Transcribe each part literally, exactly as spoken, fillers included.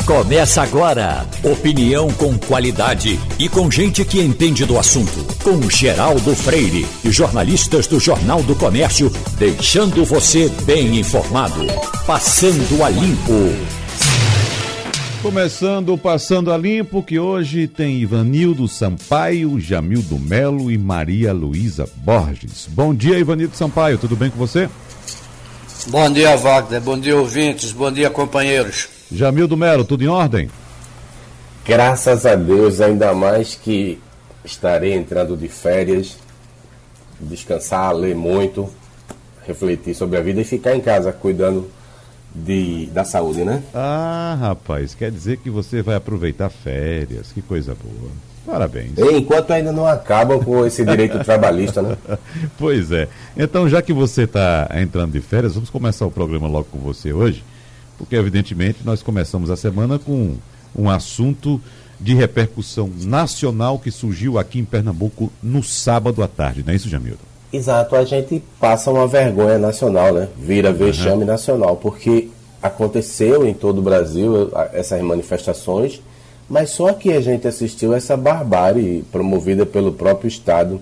Começa agora. Opinião com qualidade e com gente que entende do assunto. Com Geraldo Freire e jornalistas do Jornal do Comércio, deixando você bem informado. Passando a Limpo. Começando o Passando a Limpo, que hoje tem Ivanildo Sampaio, Jamildo Melo e Maria Luísa Borges. Bom dia, Ivanildo Sampaio, tudo bem com você? Bom dia, Wagner, bom dia, ouvintes, bom dia, companheiros. Jamildo Melo, tudo em ordem? Graças a Deus, ainda mais que estarei entrando de férias, descansar, ler muito, refletir sobre a vida e ficar em casa cuidando de, da saúde, né? Ah, rapaz, quer dizer que você vai aproveitar férias, que coisa boa. Parabéns. Enquanto ainda não acabam com esse direito trabalhista, né? Pois é. Então, já que você está entrando de férias, vamos começar o programa logo com você hoje, porque, evidentemente, nós começamos a semana com um assunto de repercussão nacional que surgiu aqui em Pernambuco no sábado à tarde, não é isso, Jamildo? Exato, a gente passa uma vergonha nacional, né? Vira vexame uhum. nacional, porque aconteceu em todo o Brasil essas manifestações, mas só que a gente assistiu essa barbárie promovida pelo próprio Estado.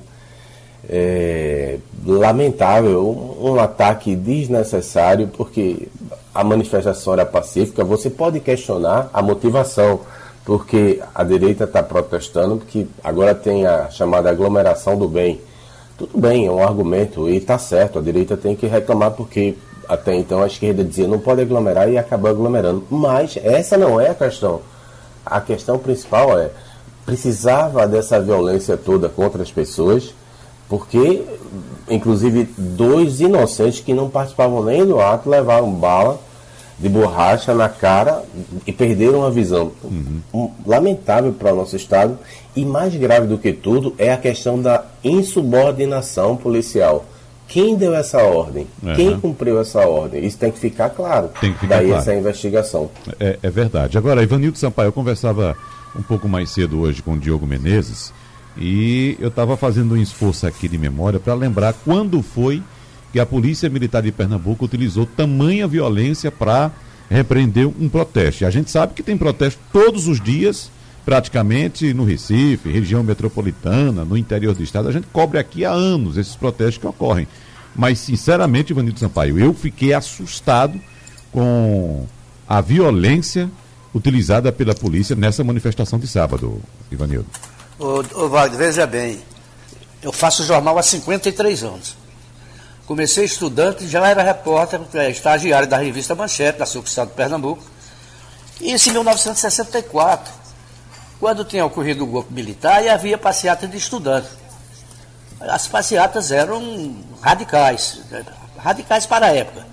É, lamentável, um, um ataque desnecessário, porque a manifestação era pacífica. Você pode questionar a motivação, porque a direita está protestando, porque agora tem a chamada aglomeração do bem. Tudo bem, é um argumento e está certo, a direita tem que reclamar, porque até então a esquerda dizia não pode aglomerar e acabou aglomerando. Mas essa não é a questão. A questão principal é, precisava dessa violência toda contra as pessoas, porque, inclusive, dois inocentes que não participavam nem do ato levaram bala de borracha na cara e perderam a visão. Uhum. Um, lamentável para o nosso Estado. E mais grave do que tudo é a questão da insubordinação policial. Quem deu essa ordem? Uhum. Quem cumpriu essa ordem? Isso tem que ficar claro. Tem que ficar Daí claro. Essa investigação. É, é verdade. Agora, Ivanildo Sampaio, eu conversava um pouco mais cedo hoje com o Diogo Menezes, e eu estava fazendo um esforço aqui de memória para lembrar quando foi que a Polícia Militar de Pernambuco utilizou tamanha violência para repreender um protesto. E a gente sabe que tem protesto todos os dias, praticamente no Recife, região metropolitana, no interior do estado. A gente cobre aqui há anos esses protestos que ocorrem. Mas, sinceramente, Ivanildo Sampaio, eu fiquei assustado com a violência utilizada pela polícia nessa manifestação de sábado, Ivanildo. Ô, ô Wagner, veja bem, eu faço jornal há cinquenta e três anos. Comecei estudante, já era repórter, estagiário da revista Manchete, da Sucursal de Pernambuco. E isso em mil novecentos e sessenta e quatro, quando tinha ocorrido o golpe militar e havia passeata de estudante. As passeatas eram radicais, radicais para a época.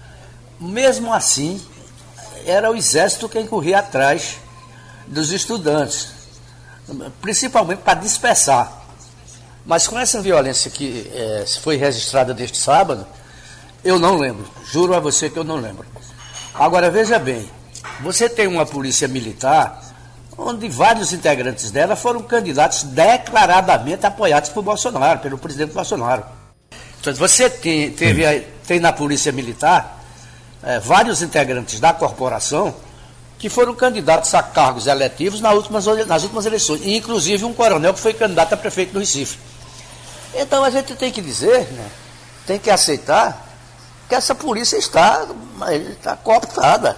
Mesmo assim, era o exército quem corria atrás dos estudantes, principalmente para dispersar. Mas com essa violência que é, foi registrada deste sábado, eu não lembro. Juro a você que eu não lembro. Agora, veja bem, você tem uma polícia militar onde vários integrantes dela foram candidatos declaradamente apoiados por Bolsonaro, pelo presidente Bolsonaro. Então, você tem, teve, tem na polícia militar é, vários integrantes da corporação que foram candidatos a cargos eletivos nas últimas, nas últimas eleições, e inclusive um coronel que foi candidato a prefeito do Recife. Então a gente tem que dizer, né, tem que aceitar que essa polícia está, está cooptada.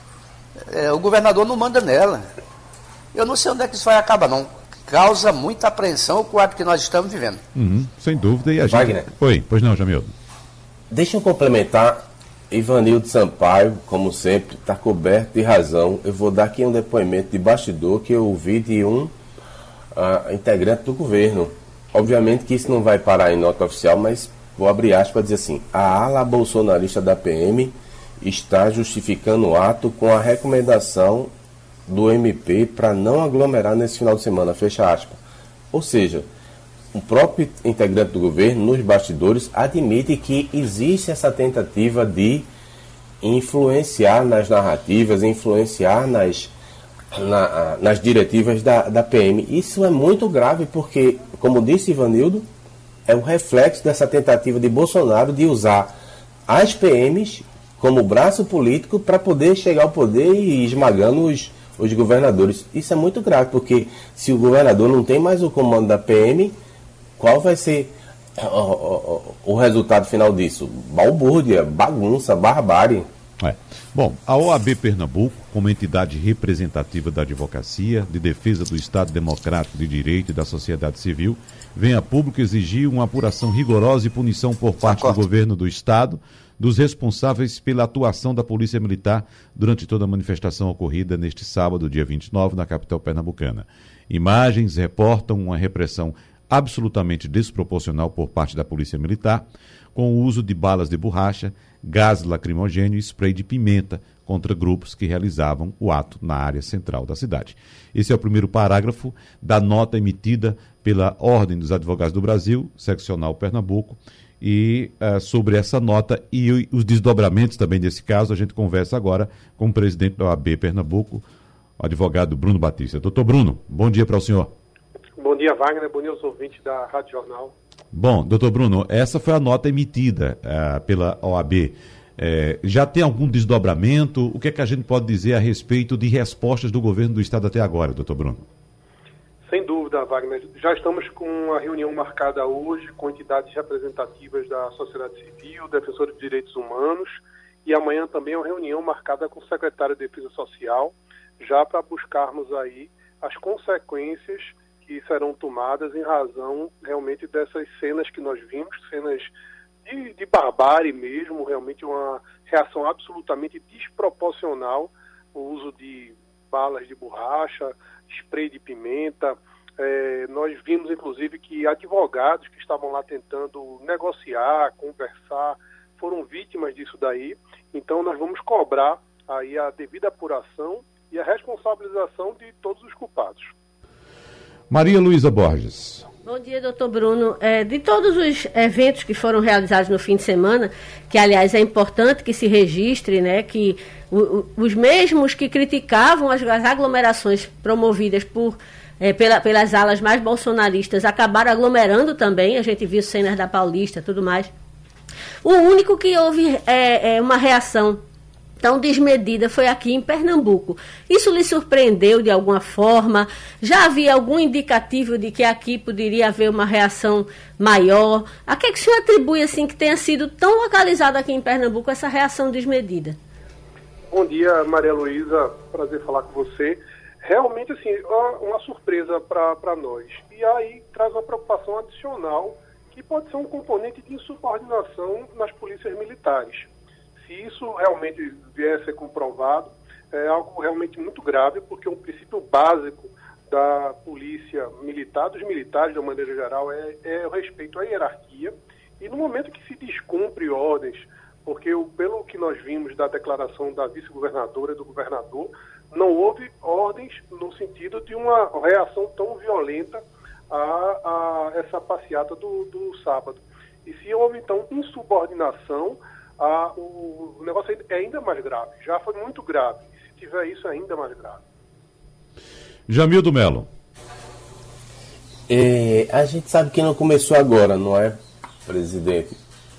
É, o governador não manda nela. Eu não sei onde é que isso vai acabar, não. Causa muita apreensão o quadro que nós estamos vivendo. Uhum, sem dúvida. E a gente... Wagner. Oi, pois não, Jamildo. Deixa eu complementar. Ivanildo Sampaio, como sempre, está coberto de razão. Eu vou dar aqui um depoimento de bastidor que eu ouvi de um uh, integrante do governo. Obviamente que isso não vai parar em nota oficial, mas vou abrir aspas para dizer assim: a ala bolsonarista da P M está justificando o ato com a recomendação do M P para não aglomerar nesse final de semana, fecha aspas. Ou seja, o próprio integrante do governo, nos bastidores, admite que existe essa tentativa de influenciar nas narrativas, influenciar nas, na, nas diretivas da, da P M. Isso é muito grave porque, como disse Ivanildo, é o reflexo dessa tentativa de Bolsonaro de usar as P Ms como braço político para poder chegar ao poder e ir esmagando os, os governadores. Isso é muito grave, porque se o governador não tem mais o comando da P M, qual vai ser o, o, o resultado final disso? Balbúrdia, bagunça, barbárie. É. Bom, a O A B Pernambuco, como entidade representativa da advocacia, de defesa do Estado Democrático de Direito e da sociedade civil, vem a público exigir uma apuração rigorosa e punição por parte do governo do Estado dos responsáveis pela atuação da Polícia Militar durante toda a manifestação ocorrida neste sábado, dia vinte e nove, na capital pernambucana. Imagens reportam uma repressão absolutamente desproporcional por parte da Polícia Militar, com o uso de balas de borracha, gás lacrimogêneo e spray de pimenta contra grupos que realizavam o ato na área central da cidade. Esse é o primeiro parágrafo da nota emitida pela Ordem dos Advogados do Brasil, seccional Pernambuco, e uh, sobre essa nota e os desdobramentos também desse caso, a gente conversa agora com o presidente da O A B Pernambuco, o advogado Bruno Batista. Doutor Bruno, bom dia para o senhor. Bom dia, Wagner, bom dia aos ouvintes da Rádio Jornal. Bom, doutor Bruno, essa foi a nota emitida uh, pela O A B. É, já tem algum desdobramento? O que é que a gente pode dizer a respeito de respostas do governo do Estado até agora, doutor Bruno? Sem dúvida, Wagner. Já estamos com uma reunião marcada hoje com entidades representativas da sociedade civil, defensores de direitos humanos, e amanhã também uma reunião marcada com o secretário de Defesa Social, já para buscarmos aí as consequências que serão tomadas em razão realmente dessas cenas que nós vimos, cenas de, de barbárie mesmo, realmente uma reação absolutamente desproporcional, o uso de balas de borracha, spray de pimenta. É, nós vimos, inclusive, que advogados que estavam lá tentando negociar, conversar, foram vítimas disso daí. Então, nós vamos cobrar aí a devida apuração e a responsabilização de todos os culpados. Maria Luísa Borges. Bom dia, doutor Bruno. É, de todos os eventos que foram realizados no fim de semana, que, aliás, é importante que se registre, né, que o, o, os mesmos que criticavam as, as aglomerações promovidas por, é, pela, pelas alas mais bolsonaristas acabaram aglomerando também, a gente viu cenas da Paulista e tudo mais. O único que houve é, é, uma reação tão desmedida foi aqui em Pernambuco. Isso lhe surpreendeu de alguma forma? Já havia algum indicativo de que aqui poderia haver uma reação maior? A que é que o senhor atribui assim que tenha sido tão localizada aqui em Pernambuco essa reação desmedida? Bom dia, Maria Luísa. Prazer falar com você. Realmente, assim, uma surpresa para nós. E aí traz uma preocupação adicional que pode ser um componente de insubordinação nas polícias militares. Se isso realmente vier a ser comprovado, é algo realmente muito grave, porque um princípio básico da polícia militar, dos militares de uma maneira geral, é, é o respeito à hierarquia. E no momento que se descumpre ordens, porque o, pelo que nós vimos da declaração da vice-governadora e do governador, não houve ordens no sentido de uma reação tão violenta a, a essa passeata do, do sábado. E se houve, então, insubordinação, Ah, o, o negócio é ainda mais grave. Já foi muito grave. E se tiver isso, é ainda mais grave. Jamildo Melo. É, a gente sabe que não começou agora, não é, presidente?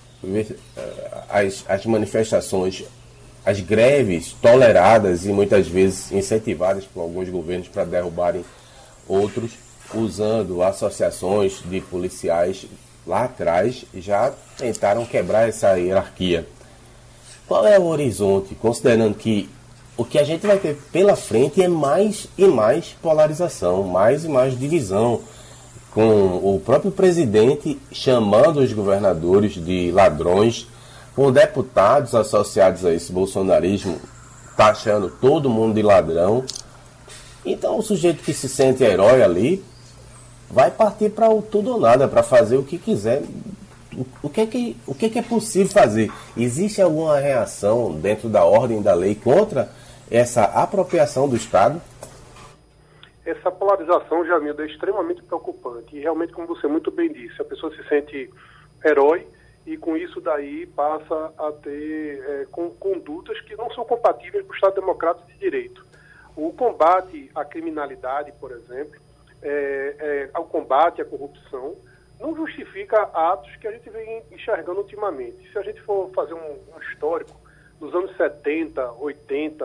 As, as manifestações, as greves toleradas e muitas vezes incentivadas por alguns governos para derrubarem outros, usando associações de policiais lá atrás, já tentaram quebrar essa hierarquia. Qual é o horizonte, considerando que o que a gente vai ter pela frente é mais e mais polarização, mais e mais divisão, com o próprio presidente chamando os governadores de ladrões, com deputados associados a esse bolsonarismo taxando todo mundo de ladrão. Então o sujeito que se sente herói ali vai partir para o tudo ou nada, para fazer o que quiser. O que, é que, o que é que é possível fazer? Existe alguma reação dentro da ordem da lei contra essa apropriação do Estado? Essa polarização, Jamildo, é extremamente preocupante. E realmente, como você muito bem disse, a pessoa se sente herói e com isso daí passa a ter é, com, condutas que não são compatíveis com o Estado Democrático de Direito. O combate à criminalidade, por exemplo, É, é, ao combate à corrupção, não justifica atos que a gente vem enxergando ultimamente. Se a gente for fazer um, um histórico, nos anos setenta, oitenta,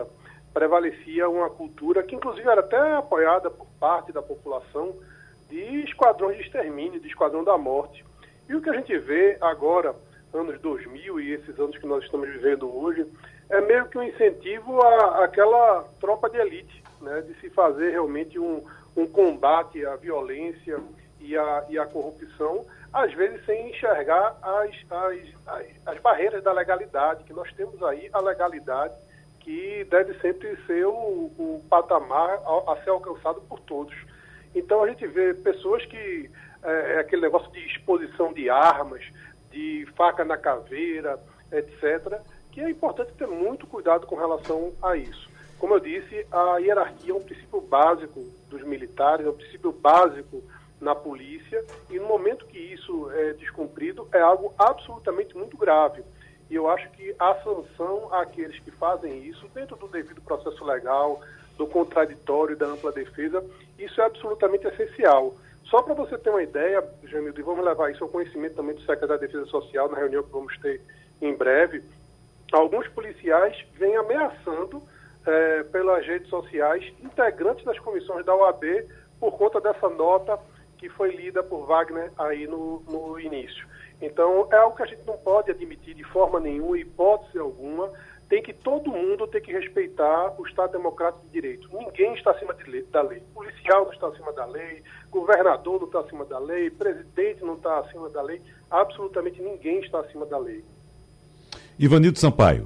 prevalecia uma cultura que inclusive era até apoiada por parte da população de esquadrões de extermínio, de esquadrão da morte. E o que a gente vê agora, anos dois mil e esses anos que nós estamos vivendo hoje, é meio que um incentivo à, àquela tropa de elite, né, de se fazer realmente um, um combate à violência e à, e à corrupção, às vezes sem enxergar as, as, as, as barreiras da legalidade, que nós temos aí a legalidade, que deve sempre ser o, o patamar a, a ser alcançado por todos. Então a gente vê pessoas que, é, é aquele negócio de exposição de armas, de faca na caveira, etcétera, que é importante ter muito cuidado com relação a isso. Como eu disse, a hierarquia é um princípio básico dos militares, é um princípio básico na polícia, e no momento que isso é descumprido, é algo absolutamente muito grave. E eu acho que a sanção àqueles que fazem isso, dentro do devido processo legal, do contraditório e da ampla defesa, isso é absolutamente essencial. Só para você ter uma ideia, Jamildo, e vamos levar isso ao conhecimento também do secretário de Defesa Social, na reunião que vamos ter em breve, alguns policiais vêm ameaçando, eh, pelas redes sociais, integrantes das comissões da O A B, por conta dessa nota que foi lida por Wagner aí no, no início. Então, é algo que a gente não pode admitir de forma nenhuma, hipótese alguma. Tem que todo mundo ter que respeitar o Estado Democrático de Direito. Ninguém está acima de lei, da lei. O policial não está acima da lei, governador não está acima da lei, presidente não está acima da lei. Absolutamente ninguém está acima da lei. Ivanildo Sampaio.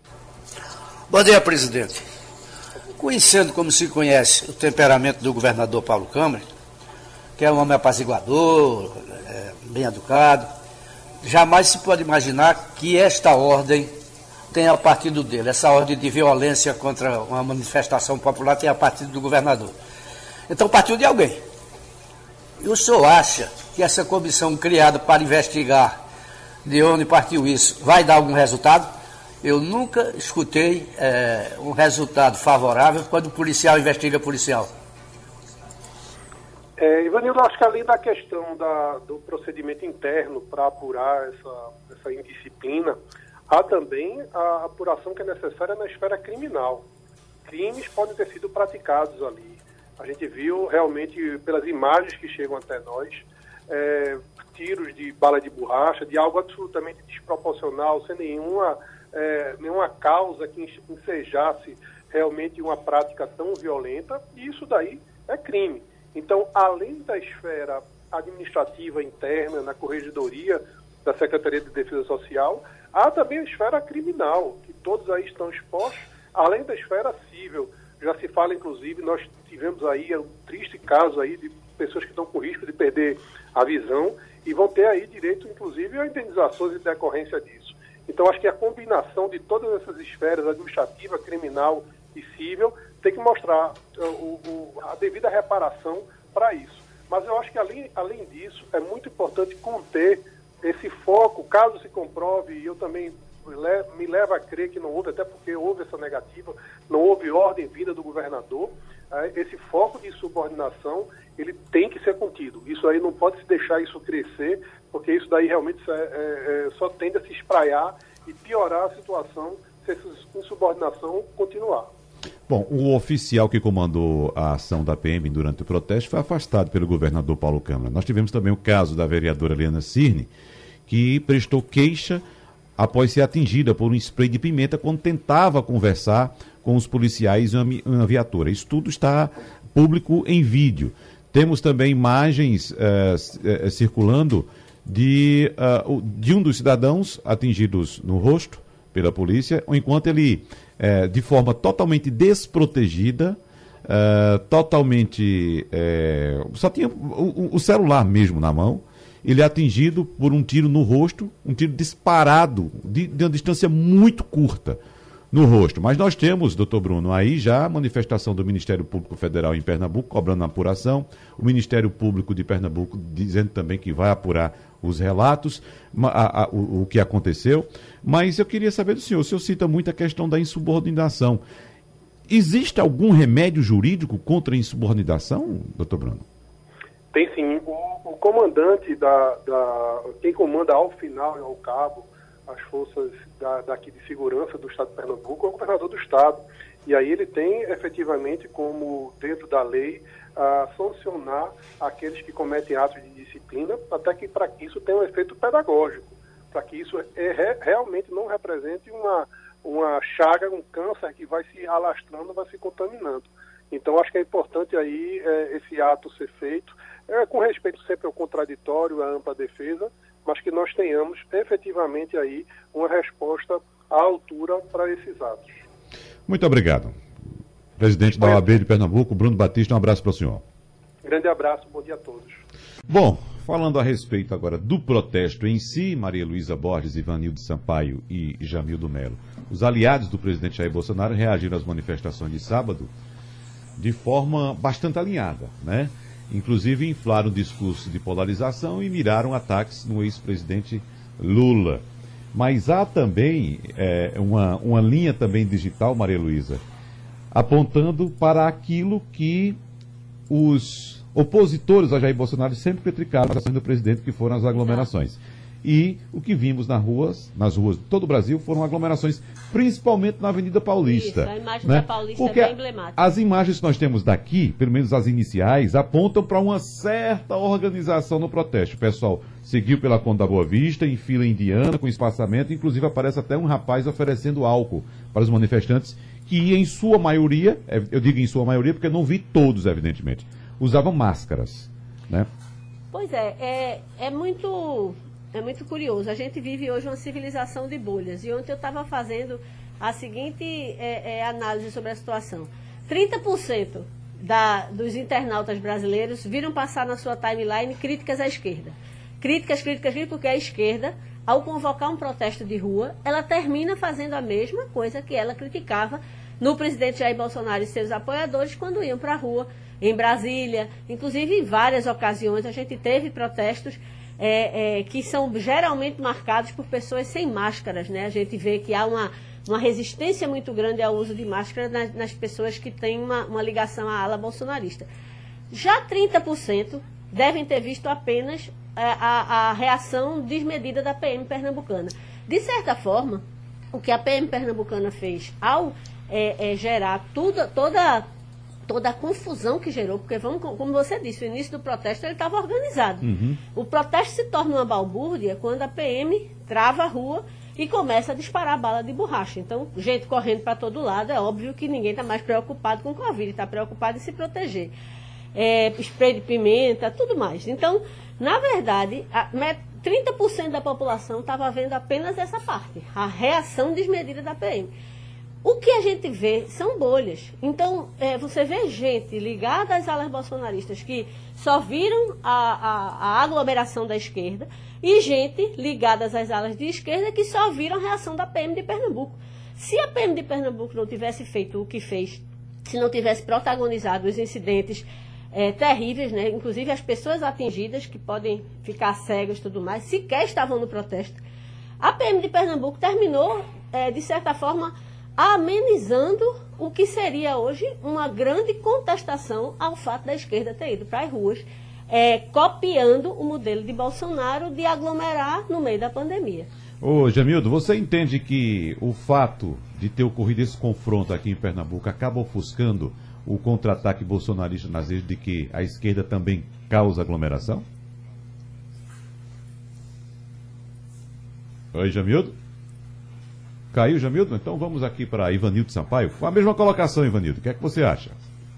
Bom dia, presidente. Conhecendo como se conhece o temperamento do governador Paulo Câmara, que é um homem apaziguador, é, bem educado, jamais se pode imaginar que esta ordem tenha partido dele. Essa ordem de violência contra uma manifestação popular tenha partido do governador. Então partiu de alguém. E o senhor acha que essa comissão criada para investigar de onde partiu isso vai dar algum resultado? Eu nunca escutei é, um resultado favorável quando o policial investiga policial. É, Ivanildo, acho que além da questão da, do procedimento interno para apurar essa, essa indisciplina, há também a apuração que é necessária na esfera criminal. Crimes podem ter sido praticados ali. A gente viu realmente, pelas imagens que chegam até nós, é, tiros de bala de borracha, de algo absolutamente desproporcional, sem nenhuma, é, nenhuma causa que ensejasse realmente uma prática tão violenta, e isso daí é crime. Então, além da esfera administrativa interna, na corregedoria da Secretaria de Defesa Social, há também a esfera criminal, que todos aí estão expostos, além da esfera civil. Já se fala, inclusive, nós tivemos aí um triste caso aí de pessoas que estão com risco de perder a visão e vão ter aí direito, inclusive, a indenizações em decorrência disso. Então, acho que a combinação de todas essas esferas, administrativa, criminal e civil, tem que mostrar uh, o, o, a devida reparação para isso. Mas eu acho que, além, além disso, é muito importante conter esse foco, caso se comprove, e eu também le, me levo a crer que não houve, até porque houve essa negativa, não houve ordem vinda do governador, uh, esse foco de subordinação, ele tem que ser contido. Isso aí não pode se deixar isso crescer, porque isso daí realmente é, é, é, só tende a se espraiar e piorar a situação se essa insubordinação continuar. Bom, o oficial que comandou a ação da P M durante o protesto foi afastado pelo governador Paulo Câmara. Nós tivemos também o caso da vereadora Eliana Cirne, que prestou queixa após ser atingida por um spray de pimenta quando tentava conversar com os policiais em uma viatura. Isso tudo está público em vídeo. Temos também imagens uh, uh, circulando de, uh, de um dos cidadãos atingidos no rosto pela polícia, enquanto ele, uh, de forma totalmente desprotegida, uh, totalmente... Uh, só tinha o, o celular mesmo na mão, ele é atingido por um tiro no rosto, um tiro disparado, de, de uma distância muito curta no rosto. Mas nós temos, doutor Bruno, aí já a manifestação do Ministério Público Federal em Pernambuco, cobrando a apuração, o Ministério Público de Pernambuco dizendo também que vai apurar os relatos, a, a, o, o que aconteceu. Mas eu queria saber do senhor, o senhor cita muito a questão da insubordinação. Existe algum remédio jurídico contra a insubordinação, doutor Bruno? Tem sim. O, o comandante, da, da, quem comanda ao final e ao cabo as forças da, daqui de segurança do Estado de Pernambuco é o governador do Estado. E aí ele tem efetivamente como, dentro da lei, a sancionar aqueles que cometem atos de disciplina, até que para que isso tenha um efeito pedagógico, para que isso é, realmente não represente uma, uma chaga, um câncer que vai se alastrando, vai se contaminando. Então acho que é importante aí é, esse ato ser feito, é, com respeito sempre ao contraditório, à ampla defesa, mas que nós tenhamos efetivamente aí uma resposta à altura para esses atos. Muito obrigado. Presidente da O A B de Pernambuco, Bruno Batista, um abraço para o senhor. Grande abraço, bom dia a todos. Bom, falando a respeito agora do protesto em si, Maria Luísa Borges, Ivanildo Sampaio e Jamildo Melo, os aliados do presidente Jair Bolsonaro reagiram às manifestações de sábado de forma bastante alinhada, né? Inclusive inflaram o discurso de polarização e miraram ataques no ex-presidente Lula. Mas há também é, uma, uma linha também digital, Maria Luísa, apontando para aquilo que os opositores a Jair Bolsonaro sempre criticaram as ações do presidente, que foram as aglomerações. E o que vimos nas ruas, nas ruas de todo o Brasil, foram aglomerações, principalmente na Avenida Paulista. Isso, a imagem né? da Paulista Porque é bem emblemática. As imagens que nós temos daqui, pelo menos as iniciais, apontam para uma certa organização no protesto. O pessoal seguiu pela Conta da Boa Vista, em fila indiana, com espaçamento, inclusive aparece até um rapaz oferecendo álcool para os manifestantes, que em sua maioria, eu digo em sua maioria porque eu não vi todos, evidentemente, usavam máscaras, né? Pois é, é, é muito... É muito curioso. A gente vive hoje uma civilização de bolhas. E ontem eu estava fazendo a seguinte é, é, análise sobre a situação. trinta por cento da, dos internautas brasileiros viram passar na sua timeline críticas à esquerda. Críticas, críticas, críticas, porque a esquerda, ao convocar um protesto de rua, ela termina fazendo a mesma coisa que ela criticava no presidente Jair Bolsonaro e seus apoiadores quando iam para a rua, em Brasília. Inclusive, em várias ocasiões, a gente teve protestos É, é, que são geralmente marcados por pessoas sem máscaras, né? A gente vê que há uma, uma resistência muito grande ao uso de máscara nas, nas pessoas que têm uma, uma ligação à ala bolsonarista. Já trinta por cento devem ter visto apenas é, a, a reação desmedida da P M pernambucana. De certa forma, o que a P M pernambucana fez ao é, é, gerar tudo, toda... toda a confusão que gerou, porque, vamos, como você disse, o início do protesto ele estava organizado. Uhum. O protesto se torna uma balbúrdia quando a P M trava a rua e começa a disparar bala de borracha. Então, gente correndo para todo lado, é óbvio que ninguém está mais preocupado com o Covid, está preocupado em se proteger. É, spray de pimenta, tudo mais. Então, na verdade, a, trinta por cento da população estava vendo apenas essa parte, a reação desmedida da P M. O que a gente vê são bolhas. Então, é, você vê gente ligada às alas bolsonaristas que só viram a, a, a aglomeração da esquerda e gente ligada às alas de esquerda que só viram a reação da P M de Pernambuco. Se a P M de Pernambuco não tivesse feito o que fez, se não tivesse protagonizado os incidentes é, terríveis, né, inclusive as pessoas atingidas, que podem ficar cegas e tudo mais, sequer estavam no protesto, a P M de Pernambuco terminou, é, de certa forma, amenizando o que seria hoje uma grande contestação ao fato da esquerda ter ido para as ruas, é, copiando o modelo de Bolsonaro de aglomerar no meio da pandemia. Ô, Jamildo, você entende que o fato de ter ocorrido esse confronto aqui em Pernambuco acaba ofuscando o contra-ataque bolsonarista nas redes de que a esquerda também causa aglomeração? Oi, Jamildo? Caiu, Jamildo? Então vamos aqui para Ivanildo Sampaio. Com a mesma colocação, Ivanildo. O que é que você acha?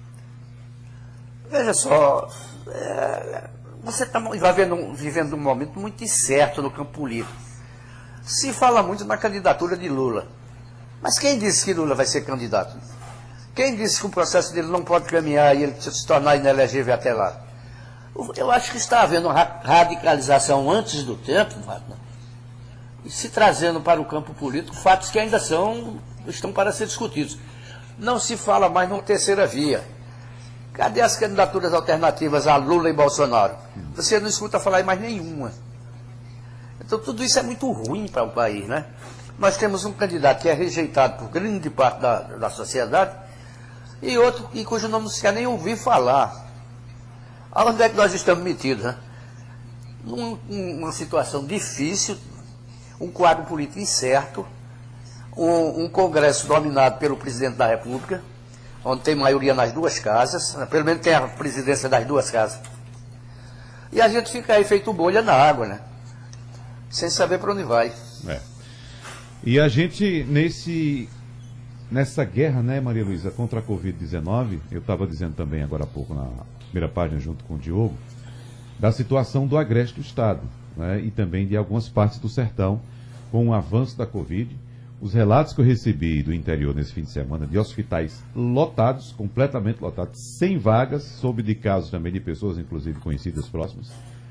Veja só, é, você está vivendo, vivendo um momento muito incerto no campo político. Se fala muito na candidatura de Lula. Mas quem disse que Lula vai ser candidato? Quem disse que o processo dele não pode caminhar e ele se tornar inelegível até lá? Eu acho que está havendo uma radicalização antes do tempo, Wagner, e se trazendo para o campo político fatos que ainda são, estão para ser discutidos. Não se fala mais numa terceira via. Cadê as candidaturas alternativas a Lula e Bolsonaro? Você não escuta falar em mais nenhuma. Então tudo isso é muito ruim para o país, né? Nós temos um candidato que é rejeitado por grande parte da, da sociedade e outro e cujo nome não se quer nem ouvir falar. Aonde é que nós estamos metidos, né? Numa uma situação difícil, um quadro político incerto, um, um congresso dominado pelo presidente da República, onde tem maioria nas duas casas, pelo menos tem a presidência das duas casas. E a gente fica aí feito bolha na água, né? Sem saber para onde vai. É. E a gente, nesse, nessa guerra, né, Maria Luísa, contra a covid dezenove, eu estava dizendo também agora há pouco na primeira página, junto com o Diogo, da situação do agreste do Estado, né, e também de algumas partes do sertão, com o avanço da Covid. Os relatos que eu recebi do interior nesse fim de semana, de hospitais lotados, completamente lotados, sem vagas, soube de casos também de pessoas, inclusive conhecidas próximas,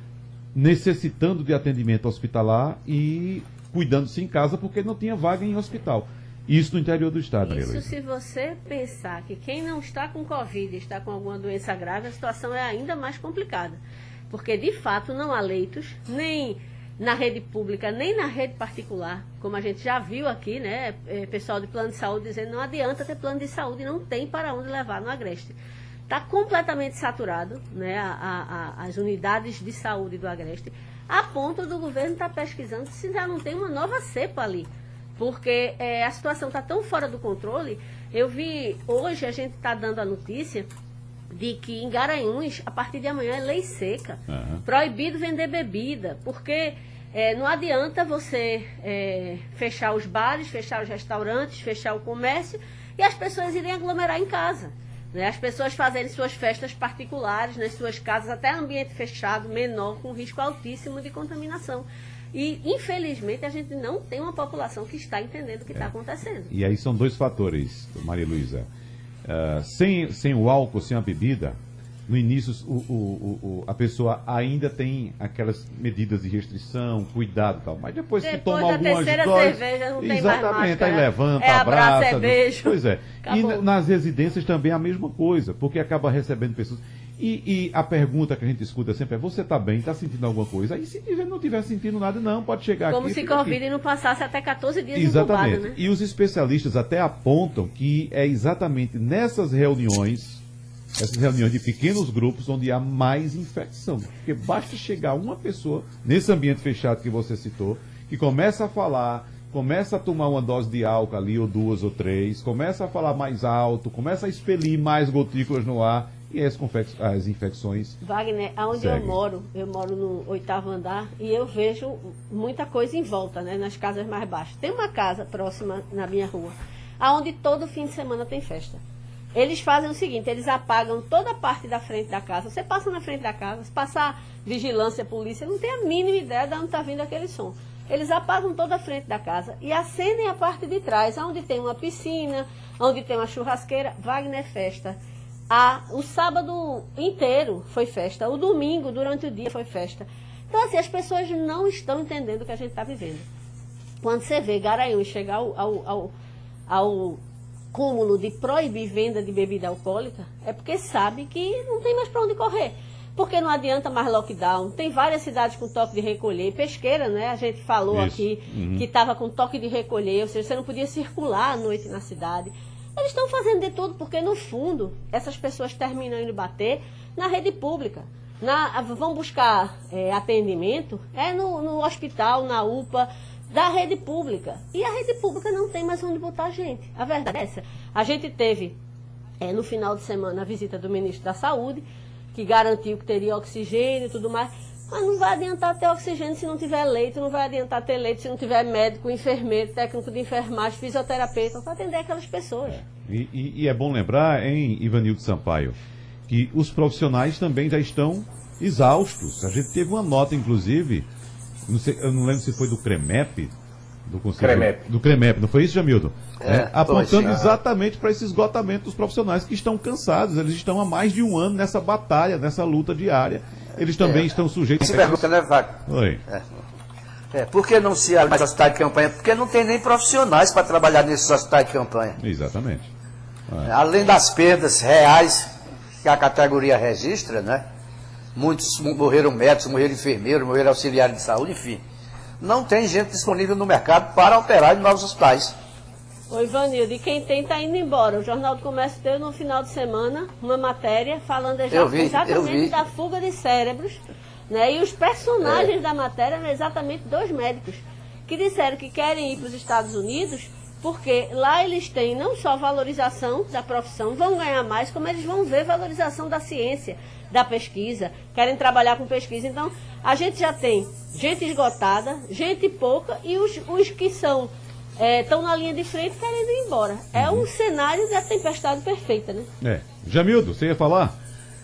necessitando de atendimento hospitalar e cuidando-se em casa porque não tinha vaga em hospital. Isso no interior do estado. Isso, se você pensar que quem não está com Covid está com alguma doença grave, a situação é ainda mais complicada. Porque, de fato, não há leitos, nem na rede pública, nem na rede particular, como a gente já viu aqui, né, é, pessoal de plano de saúde dizendo não adianta ter plano de saúde, não tem para onde levar no Agreste. Está completamente saturado, né, a, a, a, as unidades de saúde do Agreste, a ponto do governo estar tá pesquisando se já não tem uma nova cepa ali, porque é, a situação está tão fora do controle. Eu vi, hoje a gente está dando a notícia de que em Garanhuns, a partir de amanhã, é lei seca. Uhum. Proibido vender bebida, porque é, não adianta você é, fechar os bares, fechar os restaurantes, fechar o comércio e as pessoas irem aglomerar em casa. Né? As pessoas fazerem suas festas particulares nas suas casas, até ambiente fechado, menor, com risco altíssimo de contaminação. E, infelizmente, a gente não tem uma população que está entendendo o que está é. acontecendo. E aí são dois fatores, Maria Luísa. Uh, sem, sem o álcool, sem a bebida, no início o, o, o, a pessoa ainda tem aquelas medidas de restrição, cuidado e tal, mas depois, depois que toma algumas terceira doses, cerveja não tem exatamente, mais máscara, aí levanta, é abraça, abraço, é beijo. Pois é. Acabou. E nas residências também a mesma coisa, porque acaba recebendo pessoas. E, e a pergunta que a gente escuta sempre é: você está bem, está sentindo alguma coisa? Aí se tiver, não estiver sentindo nada, não, pode chegar Como aqui. Como se Covid não passasse até quatorze dias exatamente. Incubado, né? E os especialistas até apontam que é exatamente nessas reuniões, essas reuniões de pequenos grupos, onde há mais infecção. Porque basta chegar uma pessoa, nesse ambiente fechado que você citou, que começa a falar, começa a tomar uma dose de álcool ali, ou duas ou três, começa a falar mais alto, começa a expelir mais gotículas no ar, e as, as infecções. Wagner, aonde seguem. eu moro, eu moro no oitavo andar e eu vejo muita coisa em volta, né, nas casas mais baixas. Tem uma casa próxima na minha rua, aonde todo fim de semana tem festa. Eles fazem o seguinte: eles apagam toda a parte da frente da casa. Você passa na frente da casa, se passar vigilância, polícia, não tem a mínima ideia de onde está vindo aquele som. Eles apagam toda a frente da casa e acendem a parte de trás, onde tem uma piscina, onde tem uma churrasqueira. Wagner, festa. Ah, o sábado inteiro foi festa, o domingo, durante o dia, foi festa. Então, assim, as pessoas não estão entendendo o que a gente está vivendo. Quando você vê Garanhuns chegar ao, ao, ao, ao cúmulo de proibir venda de bebida alcoólica, é porque sabe que não tem mais para onde correr. Porque não adianta mais lockdown. Tem várias cidades com toque de recolher. Pesqueira, né? A gente falou Isso. aqui uhum. que estava com toque de recolher, ou seja, você não podia circular à noite na cidade. Eles estão fazendo de tudo, porque no fundo, essas pessoas terminam indo bater na rede pública. Na, vão buscar é, atendimento é no, no hospital, na U P A, da rede pública. E a rede pública não tem mais onde botar a gente. A verdade é essa. A gente teve, é, no final de semana, a visita do ministro da Saúde, que garantiu que teria oxigênio e tudo mais. Mas não vai adiantar ter oxigênio se não tiver leito, não vai adiantar ter leito se não tiver médico, enfermeiro, técnico de enfermagem, fisioterapeuta, para atender aquelas pessoas. É. E, e, e é bom lembrar, hein, Ivanildo Sampaio, que os profissionais também já estão exaustos. A gente teve uma nota, inclusive, não sei, eu não lembro se foi do CREMEP, do Conselho CREMEP. do CREMEP, não foi isso, Jamildo? É, é, apontando pois, exatamente para esse esgotamento dos profissionais que estão cansados. Eles estão há mais de um ano nessa batalha, nessa luta diária. Eles também é. estão sujeitos a... pergunta, né, Wagner? Oi. É. É, por que não se abre mais hospitais de campanha? Porque não tem nem profissionais para trabalhar nesses hospitais de campanha. Exatamente. É. Além das perdas reais que a categoria registra, né? Muitos morreram médicos, morreram enfermeiros, morreram auxiliares de saúde, enfim. Não tem gente disponível no mercado para operar em novos hospitais. Oi, Ivanildo, e quem tem está indo embora. O Jornal do Comércio deu no final de semana uma matéria falando já vi, exatamente da fuga de cérebros, né? E os personagens é. da matéria eram exatamente dois médicos que disseram que querem ir para os Estados Unidos Porque lá eles têm não só valorização da profissão, vão ganhar mais, como eles vão ver valorização da ciência, da pesquisa, querem trabalhar com pesquisa. Então, a gente já tem gente esgotada, gente pouca, e os, os que são estão é, na linha de frente querendo ir embora. É um cenário da tempestade perfeita, né? É. Jamildo, você ia falar?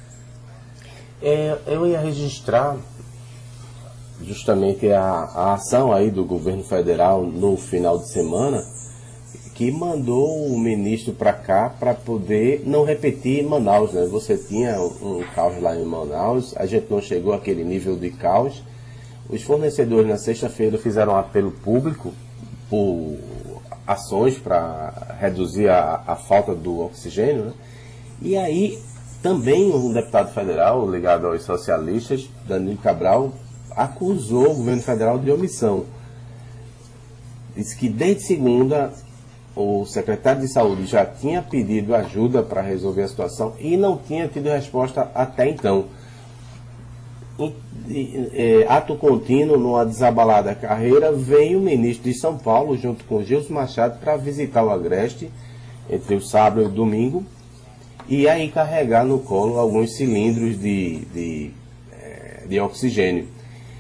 É, eu ia registrar justamente a, a ação aí do governo federal no final de semana, que mandou o ministro para cá para poder não repetir Manaus, né? Você tinha um, um caos lá em Manaus, a gente não chegou àquele nível de caos. Os fornecedores na sexta-feira fizeram um apelo público por ações para reduzir a, a falta do oxigênio, né? E aí também um deputado federal ligado aos socialistas, Danilo Cabral, acusou o governo federal de omissão. Disse que desde segunda o secretário de saúde já tinha pedido ajuda para resolver a situação e não tinha tido resposta até então. E, e, é, ato contínuo, numa desabalada carreira, veio o ministro de São Paulo, junto com Gilson Machado, para visitar o Agreste entre o sábado e o domingo, e aí carregar no colo alguns cilindros de, de, de oxigênio.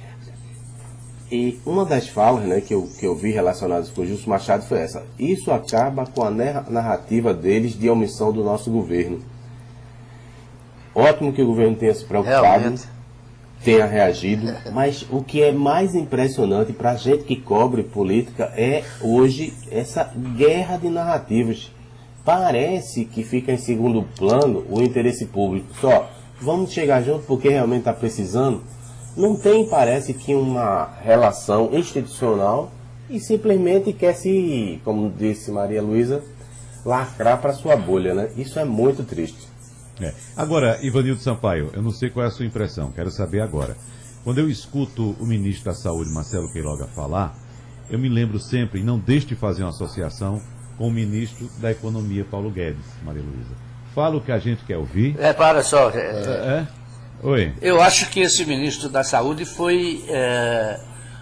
E uma das falas, né, que, eu, que eu vi relacionadas com o Gilson Machado foi essa: isso acaba com a narrativa deles de omissão do nosso governo. Ótimo que o governo tenha se preocupado, realmente tenha reagido, mas o que é mais impressionante para a gente que cobre política é hoje essa guerra de narrativas. Parece que fica em segundo plano o interesse público. Só, vamos chegar junto porque realmente está precisando. Não tem, parece que, uma relação institucional e simplesmente quer se, como disse Maria Luísa, lacrar para sua bolha, né? Isso é muito triste. É. Agora, Ivanildo Sampaio, eu não sei qual é a sua impressão, quero saber agora. Quando eu escuto o ministro da Saúde, Marcelo Queiroga, falar, eu me lembro sempre, e não deixe de fazer uma associação com o ministro da Economia, Paulo Guedes, Maria Luísa. Fala o que a gente quer ouvir. É, para só. É... É? Oi. Eu acho que esse ministro da Saúde foi é,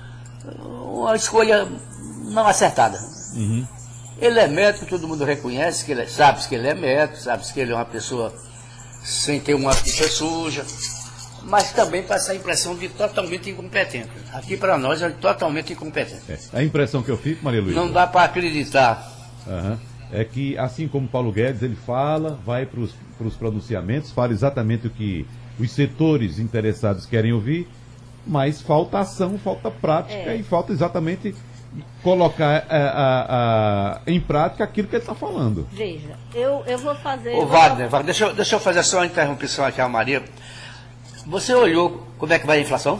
uma escolha não acertada. Uhum. Ele é médico, todo mundo reconhece, que ele é, sabe que ele é médico, sabe que ele é uma pessoa sem ter uma ficha suja, mas também passa a impressão de totalmente incompetente. Aqui para nós é totalmente incompetente. É. A impressão que eu fico, Maria Luísa, não dá para acreditar. Uhum. É que, assim como Paulo Guedes, ele fala, vai para os pronunciamentos, fala exatamente o que os setores interessados querem ouvir, mas falta ação, falta prática é. e falta exatamente colocar a, a, a, em prática aquilo que ele está falando. Veja, eu, eu vou fazer... Ô, vou... Wagner, Wagner deixa, eu, deixa eu fazer só uma interrupção aqui a Maria. Você olhou como é que vai a inflação?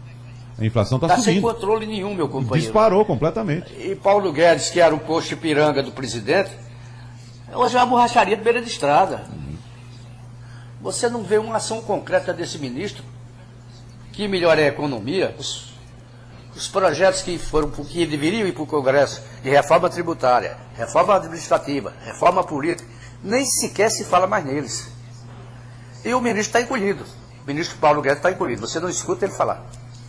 A inflação está tá subindo. Sem controle nenhum, meu companheiro. Disparou completamente. E Paulo Guedes, que era o posto piranga do presidente, hoje é uma borracharia de beira de estrada. Uhum. Você não vê uma ação concreta desse ministro que melhore a economia, os, os projetos que foram que deveriam ir para o Congresso, de reforma tributária, reforma administrativa, reforma política, nem sequer se fala mais neles. E o ministro está encolhido. O ministro Paulo Guedes está encolhido. Você não escuta ele falar.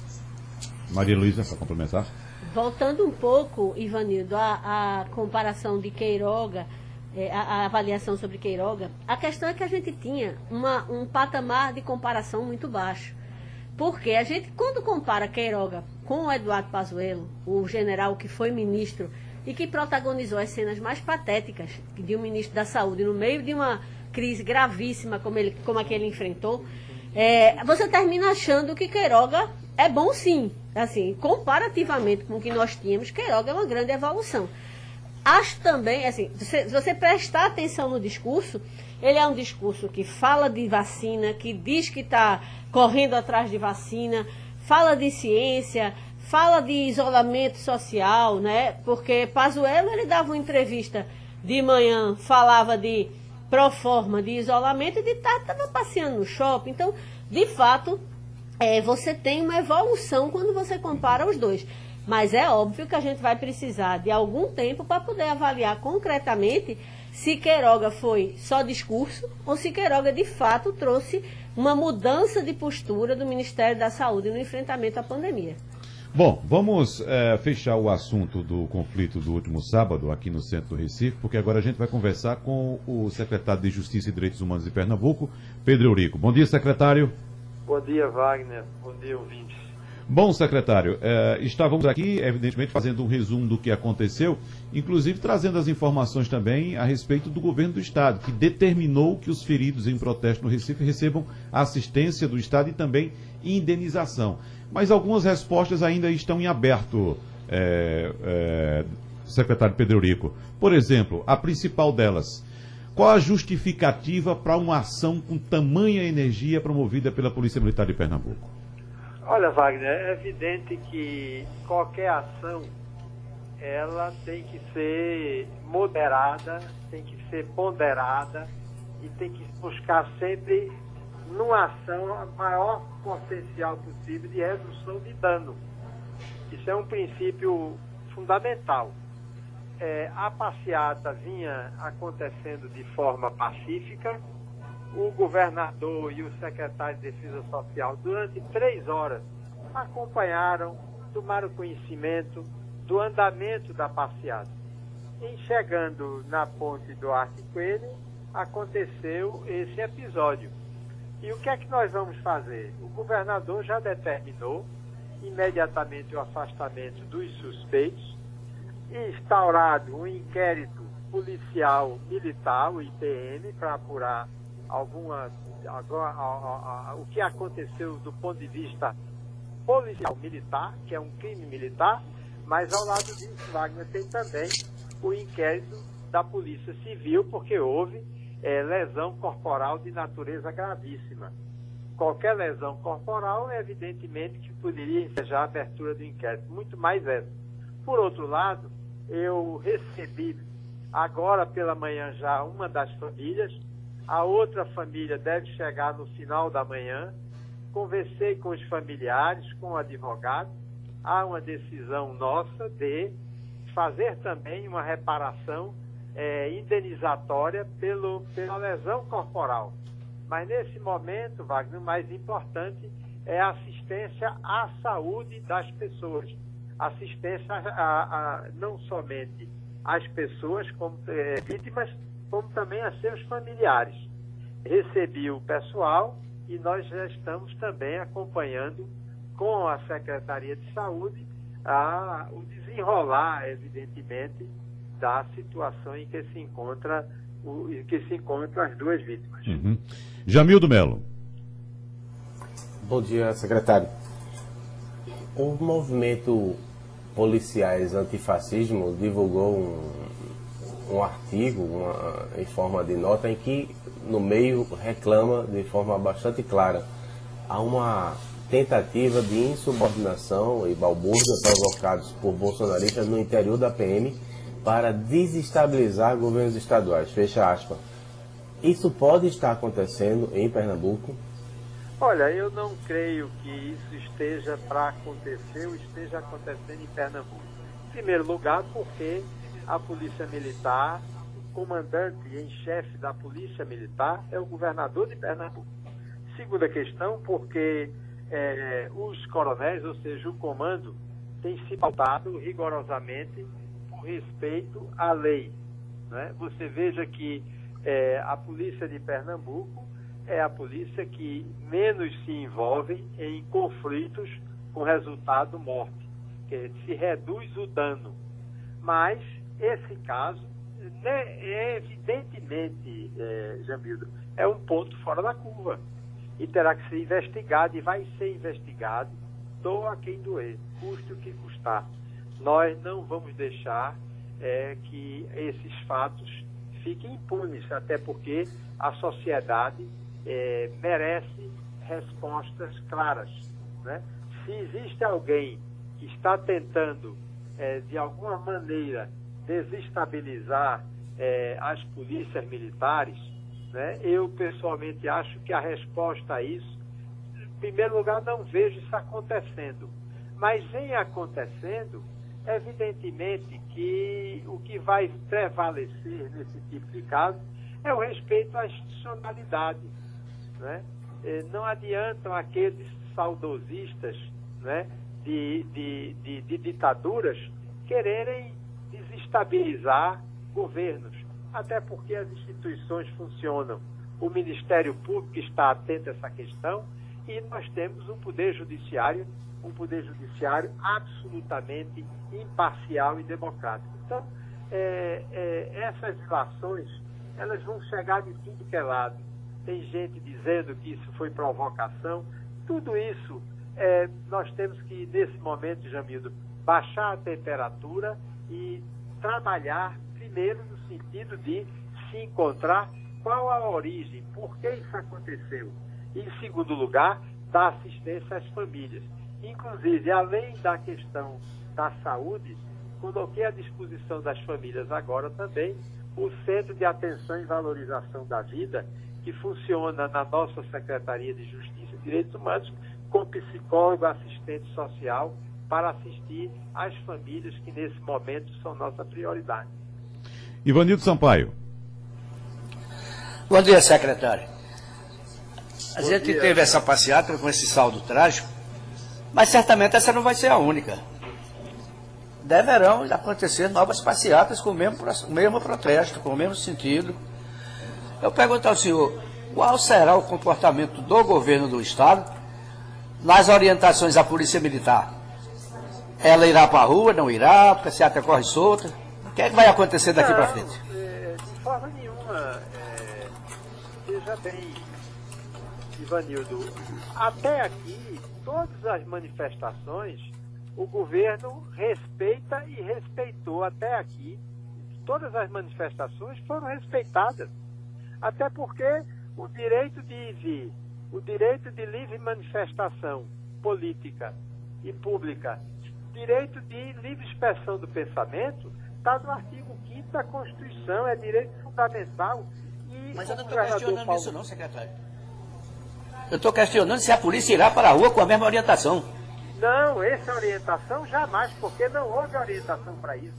Maria Luísa, para complementar. Voltando um pouco, Ivanildo, a, a comparação de Queiroga, é, a, a avaliação sobre Queiroga, a questão é que a gente tinha uma, um patamar de comparação muito baixo. Porque a gente, quando compara Queiroga com o Eduardo Pazuello, o general que foi ministro e que protagonizou as cenas mais patéticas de um ministro da Saúde no meio de uma crise gravíssima como, ele, como a que ele enfrentou, é, você termina achando que Queiroga é bom sim. Assim, comparativamente com o que nós tínhamos, Queiroga é uma grande evolução. Acho também, assim, se você prestar atenção no discurso, ele é um discurso que fala de vacina, que diz que está correndo atrás de vacina, fala de ciência, fala de isolamento social, né? Porque Pazuello, ele dava uma entrevista de manhã, falava de proforma de isolamento e de tarde estava passeando no shopping. Então, de fato, é, você tem uma evolução quando você compara os dois. Mas é óbvio que a gente vai precisar de algum tempo para poder avaliar concretamente se Queiroga foi só discurso ou se Queiroga de fato trouxe uma mudança de postura do Ministério da Saúde no enfrentamento à pandemia. Bom, vamos é, fechar o assunto do conflito do último sábado aqui no centro do Recife, porque agora a gente vai conversar com o secretário de Justiça e Direitos Humanos de Pernambuco, Pedro Eurico. Bom dia, secretário. Bom dia, Wagner. Bom dia, ouvintes. Bom, secretário, é, estávamos aqui, evidentemente, fazendo um resumo do que aconteceu, inclusive trazendo as informações também a respeito do governo do Estado, que determinou que os feridos em protesto no Recife recebam assistência do Estado e também indenização. Mas algumas respostas ainda estão em aberto, é, é, secretário Pedro Eurico. Por exemplo, a principal delas, qual a justificativa para uma ação com tamanha energia promovida pela Polícia Militar de Pernambuco? Olha, Wagner, é evidente que qualquer ação, ela tem que ser moderada, tem que ser ponderada e tem que buscar sempre, numa ação, a maior potencial possível de redução de dano. Isso é um princípio fundamental. É, a passeata vinha acontecendo de forma pacífica. O governador e o secretário de Defesa Social, durante três horas, acompanharam, tomaram conhecimento do andamento da passeata. E chegando na ponte do Arco Coelho, aconteceu esse episódio. E o que é que nós vamos fazer? O governador já determinou imediatamente o afastamento dos suspeitos, instaurado um inquérito policial militar, o I P M, para apurar alguma, agora, a, a, a, o que aconteceu do ponto de vista policial militar, que é um crime militar, mas ao lado disso, Wagner, tem também o inquérito da Polícia Civil, porque houve é, lesão corporal de natureza gravíssima. Qualquer lesão corporal, é evidentemente que poderia ensejar a abertura do inquérito, muito mais essa. Por outro lado, eu recebi agora pela manhã já uma das famílias. A outra família deve chegar no final da manhã. Conversei com os familiares, com o advogado. Há uma decisão nossa de fazer também uma reparação é, indenizatória pelo, pela lesão corporal. Mas nesse momento, Wagner, o mais importante é a assistência à saúde das pessoas. Assistência a, a, não somente às pessoas como é, vítimas, como também a seus familiares. Recebi o pessoal e nós já estamos também acompanhando com a Secretaria de Saúde a, o desenrolar, evidentemente, da situação em que se encontra o, em que se encontram as duas vítimas. Uhum. Jamildo Melo. Bom dia, secretário. O movimento Policiais Antifascismo divulgou um um artigo uma, em forma de nota em que no meio reclama de forma bastante clara há uma tentativa de insubordinação e balbúrdia provocados por bolsonaristas no interior da P M para desestabilizar governos estaduais. Fecha aspas. Isso pode estar acontecendo em Pernambuco? Olha, eu não creio que isso esteja para acontecer ou esteja acontecendo em Pernambuco. Em primeiro lugar, porque a Polícia Militar, o comandante em chefe da Polícia Militar é o governador de Pernambuco. Segunda questão, porque é, os coronéis, ou seja, o comando, tem se pautado rigorosamente por respeito à lei. Né? Você veja que é, a Polícia de Pernambuco é a polícia que menos se envolve em conflitos com resultado morte, que se reduz o dano. Mas esse caso, né, é evidentemente, é, Jamildo, é um ponto fora da curva e terá que ser investigado e vai ser investigado, doa quem doer, custe o que custar. Nós não vamos deixar é, que esses fatos fiquem impunes, até porque a sociedade é, merece respostas claras. Né? Se existe alguém que está tentando, é, de alguma maneira, desestabilizar é, as polícias militares, né? Eu pessoalmente acho que a resposta a isso, em primeiro lugar, não vejo isso acontecendo, mas em acontecendo, evidentemente que o que vai prevalecer nesse tipo de caso é o respeito à institucionalidade, né? Não adiantam aqueles saudosistas, né, de, de, de, de ditaduras quererem desestabilizar governos, até porque as instituições funcionam. O Ministério Público está atento a essa questão e nós temos um poder judiciário, um poder judiciário absolutamente imparcial e democrático. Então, é, é, essas ilações, elas vão chegar de tudo que é lado. Tem gente dizendo que isso foi provocação. Tudo isso, é, nós temos que, nesse momento, Jamildo, baixar a temperatura e trabalhar, primeiro, no sentido de se encontrar qual a origem, por que isso aconteceu. E, em segundo lugar, dar assistência às famílias. Inclusive, além da questão da saúde, coloquei à disposição das famílias agora também o Centro de Atenção e Valorização da Vida, que funciona na nossa Secretaria de Justiça e Direitos Humanos, com psicólogo, assistente social, para assistir às famílias que, nesse momento, são nossa prioridade. Ivanildo Sampaio. Bom dia, secretário. A Bom gente dia. teve essa passeata com esse saldo trágico, mas certamente essa não vai ser a única. Deverão acontecer novas passeatas com o mesmo, o mesmo protesto, com o mesmo sentido. Eu pergunto ao senhor, qual será o comportamento do governo do Estado nas orientações à Polícia Militar? Ela irá para a rua, não irá, a passeata corre solta? O que é que vai acontecer daqui para frente? É, de forma nenhuma. É, veja bem, Ivanildo, até aqui, todas as manifestações, o governo respeita e respeitou até aqui. Todas as manifestações foram respeitadas. Até porque o direito de ir e vir, o direito de livre manifestação política e pública, direito de livre expressão do pensamento, está no artigo quinto da Constituição, é direito fundamental. E Mas eu não o estou governador questionando Paulo... isso não, secretário. Eu estou questionando se a polícia irá para a rua com a mesma orientação. Não, essa orientação jamais, porque não houve orientação para isso.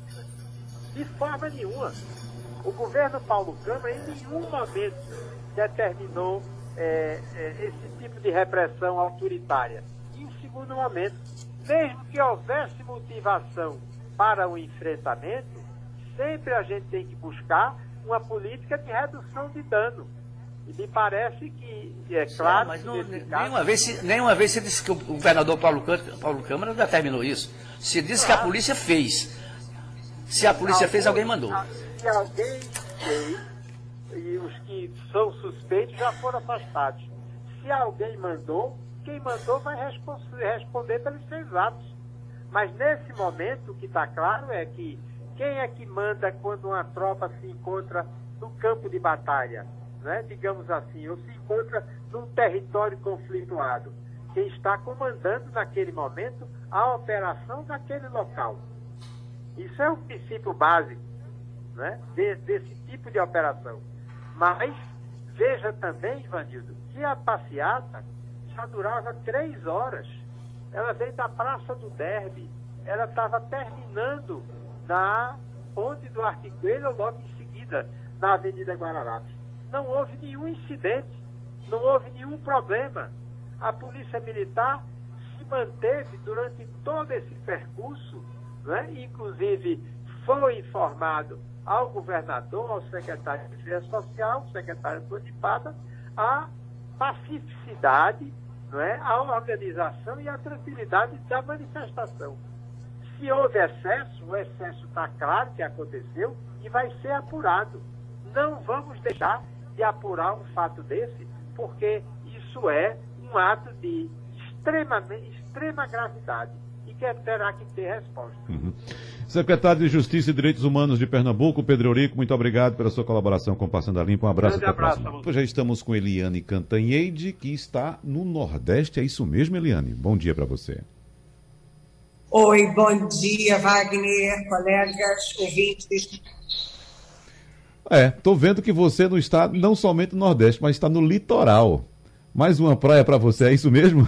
De forma nenhuma. O governo Paulo Câmara em nenhum momento determinou é, é, esse tipo de repressão autoritária. E, em segundo momento, mesmo que houvesse motivação para o enfrentamento, sempre a gente tem que buscar uma política de redução de dano. E me parece que, é claro... Mas que não, nesse nenhuma, caso, vez se, nenhuma vez se disse que o governador Paulo, Paulo Câmara determinou isso. Se disse que a polícia fez. Se a polícia fez, alguém mandou. Se alguém fez, e os que são suspeitos já foram afastados. Se alguém mandou, quem mandou vai respons- responder pelos seus atos. Mas nesse momento, o que está claro é que quem é que manda quando uma tropa se encontra no campo de batalha, né? Digamos assim, ou se encontra num território conflituado? Quem está comandando naquele momento a operação daquele local. Isso é um princípio básico, né? de, desse tipo de operação. Mas veja também, Ivanildo, que a passeata já durava três horas. Ela veio da Praça do Derby, ela estava terminando na Ponte do Articoeiro, logo em seguida, na Avenida Guararapes. Não houve nenhum incidente, não houve nenhum problema. A Polícia Militar se manteve durante todo esse percurso, né? Inclusive foi informado ao governador, ao secretário de Defesa Social, ao secretário de Pada, a pacificidade, não é? A organização e a tranquilidade da manifestação. Se houve excesso, o excesso está claro que aconteceu e vai ser apurado. Não vamos deixar de apurar um fato desse, porque isso é um ato de extremamente, extrema gravidade e que terá que ter resposta. Uhum. Secretário de Justiça e Direitos Humanos de Pernambuco, Pedro Eurico, muito obrigado pela sua colaboração com o Passando a Limpo. Um abraço. Grande até a abraço próxima. a você. Já estamos com Eliane Cantanhede, que está no Nordeste. É isso mesmo, Eliane? Bom dia para você. Oi, bom dia, Wagner, colegas, ouvintes. É, tô vendo que você não está não somente no Nordeste, mas está no litoral. Mais uma praia para você, é isso mesmo?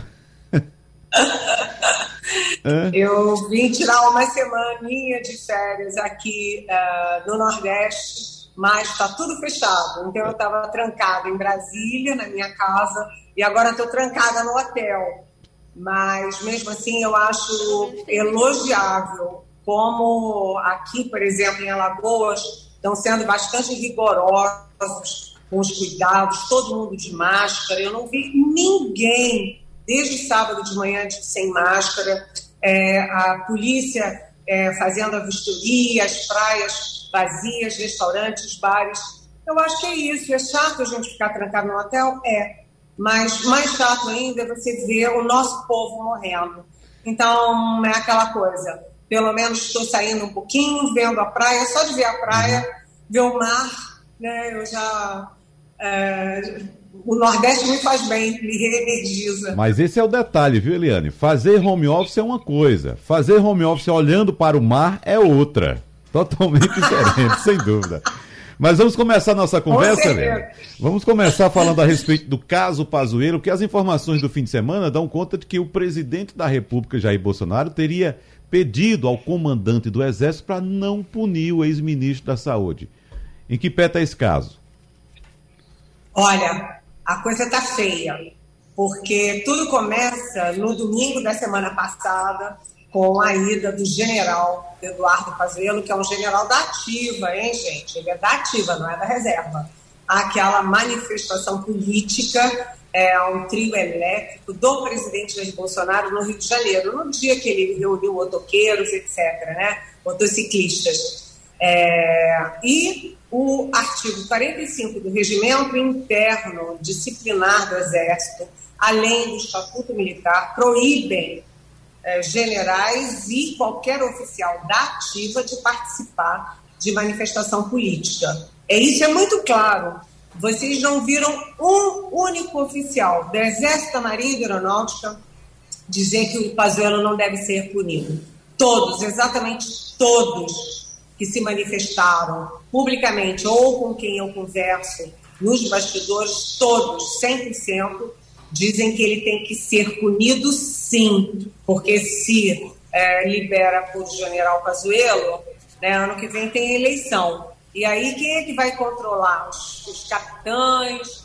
É. Eu vim tirar uma semaninha de férias aqui uh, no Nordeste, mas está tudo fechado. Então eu estava trancada em Brasília, na minha casa, e agora estou trancada no hotel. mas mesmo assim eu acho elogiável como aqui, por exemplo, em Alagoas, estão sendo bastante rigorosos com os cuidados, todo mundo de máscara. Eu não vi ninguém, desde sábado de manhã, sem máscara. É, a polícia é, fazendo a vistoria, as praias vazias, restaurantes, bares. Eu acho que é isso. É chato a gente ficar trancado no hotel? É. Mas mais chato ainda é você ver o nosso povo morrendo. Então, é aquela coisa. Pelo menos estou saindo um pouquinho, vendo a praia. Só de ver a praia, ver o mar, né? Eu já... É, o Nordeste me faz bem, me reenergiza. Mas esse é o detalhe, viu, Eliane? Fazer home office é uma coisa. Fazer home office olhando para o mar é outra. Totalmente diferente, sem dúvida. Mas vamos começar a nossa conversa, Eliane. Vamos começar falando a respeito do caso Pazuello, porque as informações do fim de semana dão conta de que o presidente da República, Jair Bolsonaro, teria pedido ao comandante do Exército para não punir o ex-ministro da Saúde. Em que pé está esse caso? Olha, a coisa está feia, porque tudo começa no domingo da semana passada com a ida do general Eduardo Pazuello, que é um general da ativa, hein, gente? Ele é da ativa, não é da reserva. Aquela manifestação política, é, um trio elétrico do presidente Jair Bolsonaro no Rio de Janeiro, no dia que ele reuniu motoqueiros, etcétera, né? Motociclistas. É, e o artigo quarenta e cinco do Regimento Interno Disciplinar do Exército, além do Estatuto Militar, proíbem eh, generais e qualquer oficial da ativa de participar de manifestação política. É, isso é muito claro. Vocês não viram um único oficial do Exército, da Marinha e da Aeronáutica dizer que o Pazuello não deve ser punido. Todos, exatamente todos, que se manifestaram publicamente ou com quem eu converso nos bastidores, todos, cem por cento, dizem que ele tem que ser punido sim, porque se é, libera por general Pazuello, né, ano que vem tem eleição. E aí quem é que vai controlar? Os, os capitães,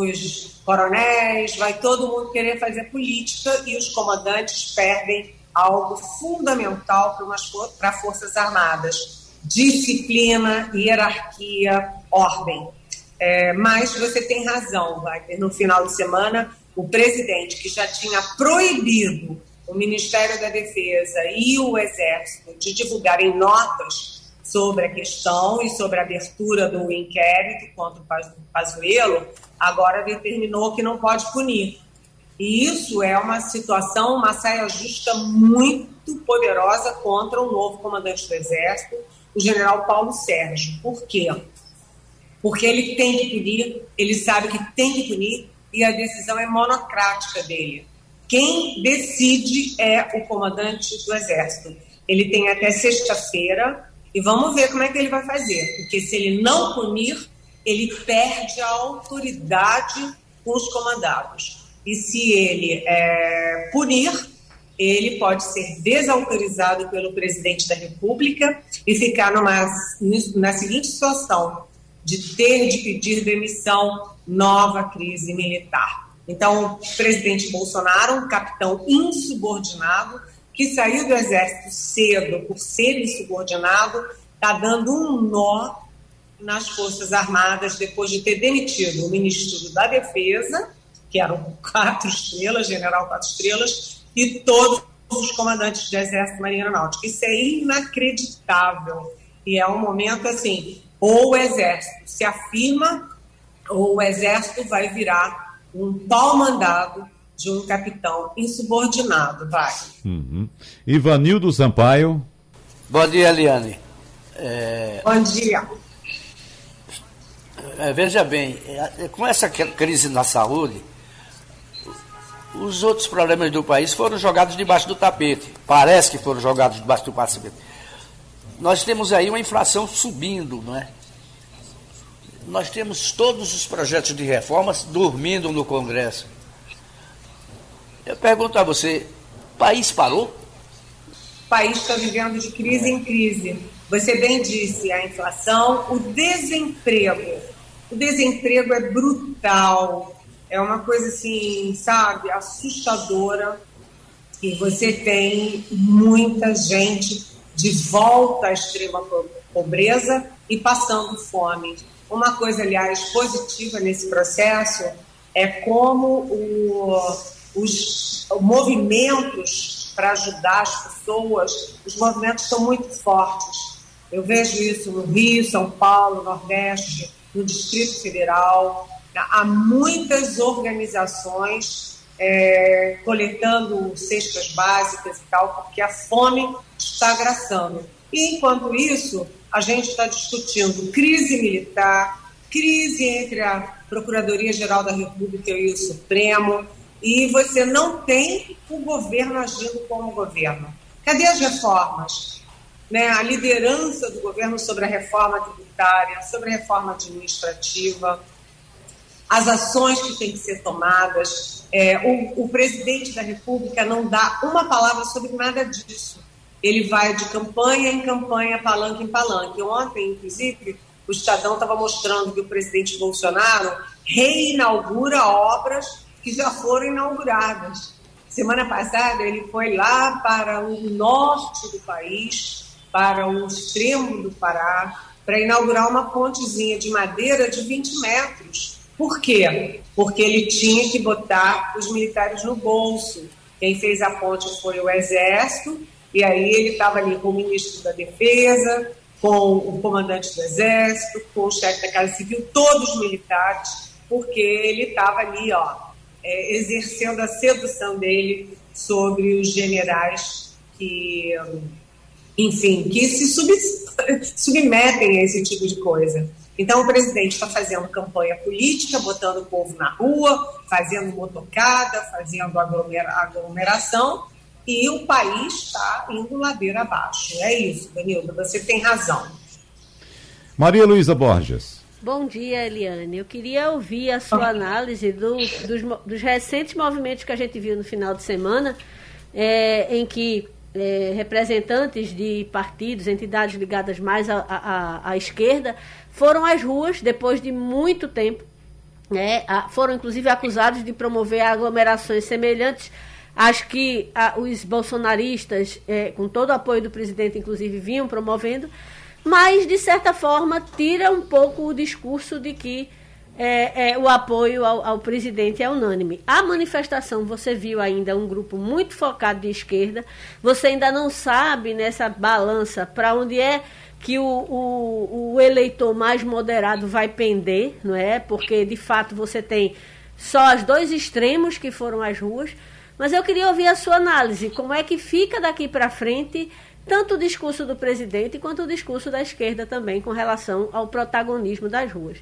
os coronéis, vai todo mundo querer fazer política e os comandantes perdem algo fundamental para as Forças Armadas. Disciplina, hierarquia, ordem. É, mas você tem razão, Wagner. No final de semana, o presidente, que já tinha proibido o Ministério da Defesa e o Exército de divulgarem notas sobre a questão e sobre a abertura do inquérito contra o Pazuello, agora determinou que não pode punir. E isso é uma situação, uma saia justa muito poderosa contra o novo comandante do Exército, o general Paulo Sérgio. Por quê? Porque ele tem que punir, ele sabe que tem que punir e a decisão é monocrática dele. Quem decide é o comandante do Exército. Ele tem até sexta-feira e vamos ver como é que ele vai fazer, porque se ele não punir, ele perde a autoridade com os comandados. E se ele é, punir, ele pode ser desautorizado pelo presidente da República e ficar numa, na seguinte situação, de ter de pedir demissão, nova crise militar. Então, o presidente Bolsonaro, um capitão insubordinado, que saiu do Exército cedo por ser insubordinado, está dando um nó nas Forças Armadas depois de ter demitido o ministro da Defesa, que era o quatro estrelas, general quatro estrelas, e todos os comandantes de Exército, Marinha e Aeronáutica. Isso é inacreditável. E é um momento assim, ou o Exército se afirma, ou o Exército vai virar um pau-mandado de um capitão insubordinado. Vai. Uhum. Ivanildo Sampaio. Bom dia, Eliane. É... Bom dia. É, veja bem, com essa crise na saúde, os outros problemas do país foram jogados debaixo do tapete. Parece que foram jogados debaixo do tapete. Nós temos aí uma inflação subindo, não é? Nós temos todos os projetos de reformas dormindo no Congresso. Eu pergunto a você, o país parou? O país está vivendo de crise em crise. Você bem disse, a inflação, o desemprego. O desemprego é brutal. É uma coisa assim, sabe, assustadora. e você tem muita gente de volta à extrema pobreza e passando fome. Uma coisa, aliás, positiva nesse processo é como o, os movimentos para ajudar as pessoas, os movimentos são muito fortes. Eu vejo isso no Rio, São Paulo, Nordeste, no Distrito Federal. Há muitas organizações é, coletando cestas básicas e tal, porque a fome está agraçando. E, enquanto isso, a gente está discutindo crise militar, crise entre a Procuradoria-Geral da República e o Supremo, e você não tem o governo agindo como governo. Cadê as reformas? Né? A liderança do governo sobre a reforma tributária, sobre a reforma administrativa, as ações que têm que ser tomadas. É, o, o presidente da República não dá uma palavra sobre nada disso. Ele vai de campanha em campanha, palanque em palanque. Ontem, inclusive, o Estadão estava mostrando que o presidente Bolsonaro reinaugura obras que já foram inauguradas. Semana passada, ele foi lá para o norte do país, para o extremo do Pará, para inaugurar uma pontezinha de madeira de vinte metros. Por quê? Porque ele tinha que botar os militares no bolso. Quem fez a ponte foi o Exército, e aí ele estava ali com o ministro da Defesa, com o comandante do Exército, com o chefe da Casa Civil, todos militares, porque ele estava ali, ó, é, exercendo a sedução dele sobre os generais que, enfim, que se sub, submetem a esse tipo de coisa. Então o presidente está fazendo campanha política, botando o povo na rua, fazendo motocada, fazendo aglomera, aglomeração, e o país está indo ladeira abaixo. É isso, Danildo, você tem razão. Maria Luísa Borges. Bom dia, Eliane. Eu queria ouvir a sua análise do, dos, dos recentes movimentos que a gente viu no final de semana, é, em que é, representantes de partidos, entidades ligadas mais à, à, à esquerda, foram às ruas depois de muito tempo, né, foram inclusive acusados de promover aglomerações semelhantes às que a, os bolsonaristas, é, com todo o apoio do presidente, inclusive, vinham promovendo, mas, de certa forma, tira um pouco o discurso de que é, é, o apoio ao, ao presidente é unânime. A manifestação, você viu ainda um grupo muito focado de esquerda, você ainda não sabe nessa balança para onde é que o, o, o eleitor mais moderado vai pender, não é? Porque, de fato, você tem só os dois extremos que foram às ruas. Mas eu queria ouvir a sua análise. Como é que fica daqui para frente tanto o discurso do presidente quanto o discurso da esquerda também com relação ao protagonismo das ruas?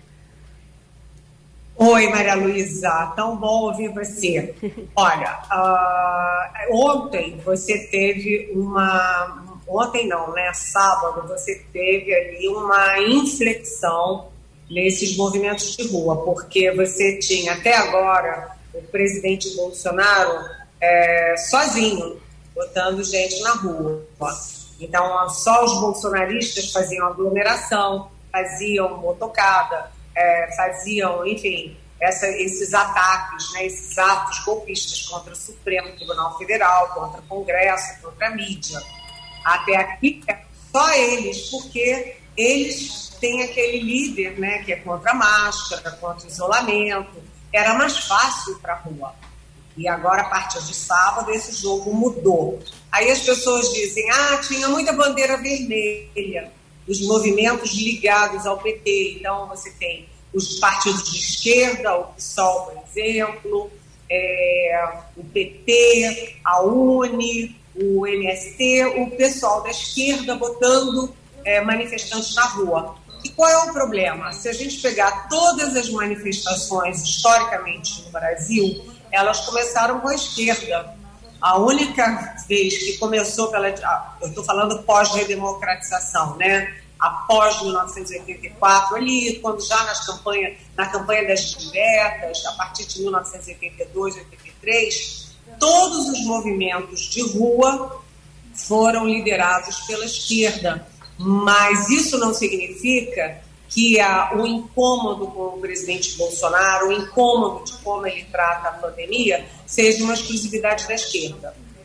Oi, Maria Luísa. Tão bom ouvir você. Olha, uh, ontem você teve uma... Ontem não, né? Sábado você teve ali uma inflexão nesses movimentos de rua, porque você tinha até agora o presidente Bolsonaro é, sozinho, botando gente na rua. Então, só os bolsonaristas faziam aglomeração, faziam motocada, é, faziam, enfim, essa, esses ataques, né, esses atos golpistas contra o Supremo Tribunal Federal, contra o Congresso, contra a mídia. Até aqui, é só eles, porque eles têm aquele líder, né, que é contra a máscara, contra o isolamento. Era mais fácil ir para a rua. E agora, a partir de sábado, esse jogo mudou. Aí as pessoas dizem, ah, tinha muita bandeira vermelha, os movimentos ligados ao P T. Então, você tem os partidos de esquerda, o PSOL, por exemplo, é, o P T, a UNE, o M S T, o pessoal da esquerda botando é, manifestantes na rua. E qual é o problema? Se a gente pegar todas as manifestações historicamente no Brasil, elas começaram com a esquerda. A única vez que começou pela... Eu estou falando pós-redemocratização, né? Após mil novecentos e oitenta e quatro, ali, quando já nas campanha, na campanha das diretas, a partir de mil novecentos e oitenta e dois, oitenta e três, todos os movimentos de rua foram liderados pela esquerda. Mas isso não significa que a, o incômodo com o presidente Bolsonaro, o incômodo de como ele trata a pandemia, seja uma exclusividade da esquerda.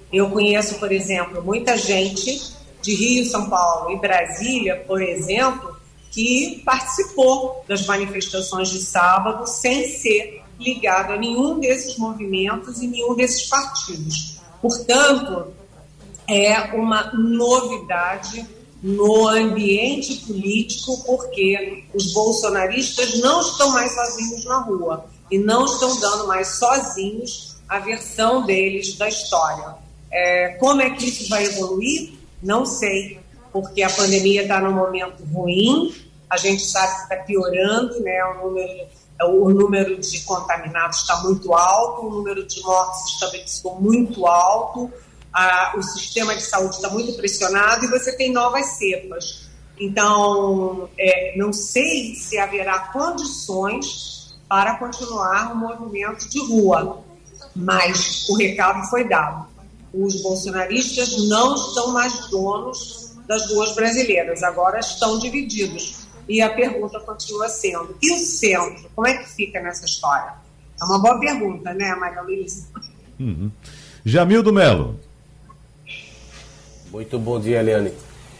Eu conheço, por exemplo, muita gente de Rio, São Paulo e Brasília, por exemplo, que participou das manifestações de sábado sem ser ligado a nenhum desses movimentos e nenhum desses partidos. Portanto, é uma novidade no ambiente político, porque os bolsonaristas não estão mais sozinhos na rua e não estão dando mais sozinhos a versão deles da história. É, como é que isso vai evoluir? Não sei, porque a pandemia está num momento ruim, a gente sabe que está piorando, né? o, número, o número de contaminados está muito alto, o número de mortes também ficou muito alto, a, o sistema de saúde está muito pressionado e você tem novas cepas. Então, é, não sei se haverá condições para continuar o movimento de rua, mas o recado foi dado. Os bolsonaristas não estão mais donos das ruas brasileiras, agora estão divididos. E a pergunta continua sendo, e o centro, como é que fica nessa história? É uma boa pergunta, né, Maria Luísa? Uhum. Jamildo Melo. Muito bom dia, Eliane.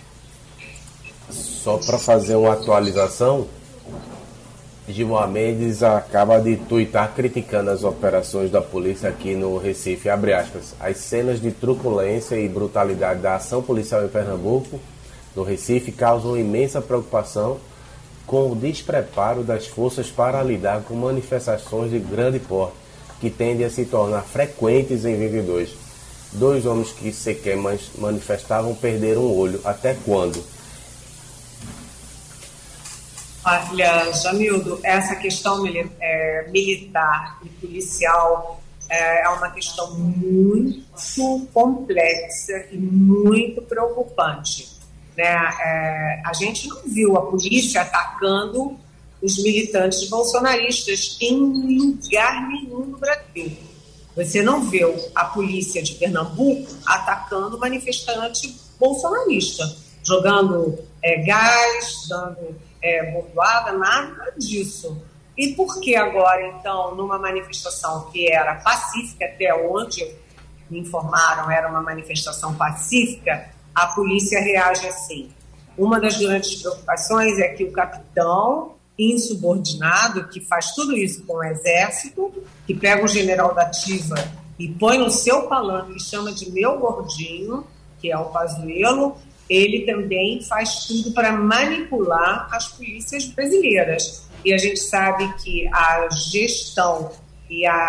Só para fazer uma atualização, Gilmar Mendes acaba de tuitar criticando as operações da polícia aqui no Recife, abre aspas, as cenas de truculência e brutalidade da ação policial em Pernambuco, no Recife, causam imensa preocupação com o despreparo das forças para lidar com manifestações de grande porte, que tendem a se tornar frequentes em Vive dois. Dois homens que sequer manifestavam perderam um olho. Até quando? Olha, Jamildo, essa questão é, militar e policial é, é uma questão muito complexa e muito preocupante. Né? É, a gente não viu a polícia atacando os militantes bolsonaristas em lugar nenhum no Brasil. Você não viu a polícia de Pernambuco atacando manifestante bolsonarista, jogando é, gás, dando é, bordoada, nada disso. E por que agora, então, numa manifestação que era pacífica, até onde me informaram era uma manifestação pacífica, a polícia reage assim? Uma das grandes preocupações é que o capitão insubordinado, que faz tudo isso com o exército, que pega um general da ativa e põe no seu palanque e chama de meu gordinho, que é o Pazuello, ele também faz tudo para manipular as polícias brasileiras. E a gente sabe que a gestão e a,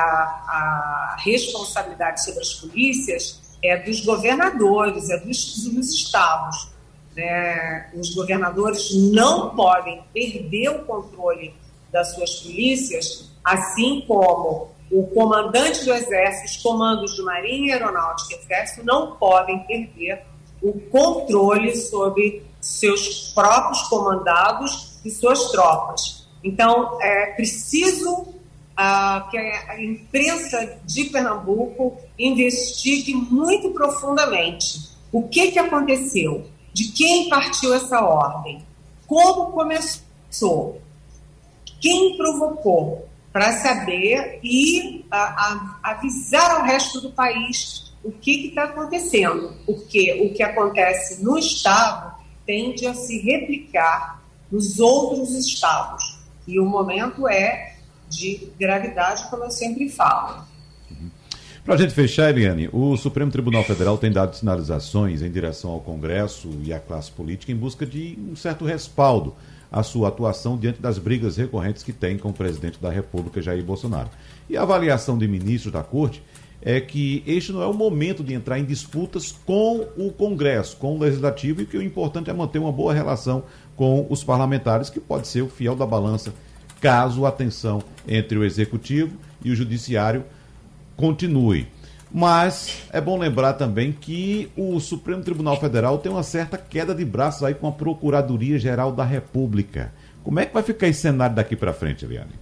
a responsabilidade sobre as polícias é dos governadores, é dos, dos estados. Né? Os governadores não podem perder o controle das suas polícias, assim como o comandante do Exército, os comandos de Marinha, Aeronáutica e Exército não podem perder o controle sobre seus próprios comandados e suas tropas. Então, é preciso uh, que a imprensa de Pernambuco investigue muito profundamente o que, que aconteceu, de quem partiu essa ordem, como começou, quem provocou, para saber e a, a, avisar ao resto do país o que está acontecendo, porque o que acontece no Estado tende a se replicar nos outros estados, e o momento é de gravidade, como eu sempre falo. Para a gente fechar, Eliane, o Supremo Tribunal Federal tem dado sinalizações em direção ao Congresso e à classe política em busca de um certo respaldo à sua atuação diante das brigas recorrentes que tem com o presidente da República, Jair Bolsonaro. E a avaliação de ministros da Corte é que este não é o momento de entrar em disputas com o Congresso, com o Legislativo, e que o importante é manter uma boa relação com os parlamentares, que pode ser o fiel da balança, caso a tensão entre o Executivo e o Judiciário continue. Mas é bom lembrar também que o Supremo Tribunal Federal tem uma certa queda de braços aí com a Procuradoria-Geral da República. Como é que vai ficar esse cenário daqui para frente, Eliane?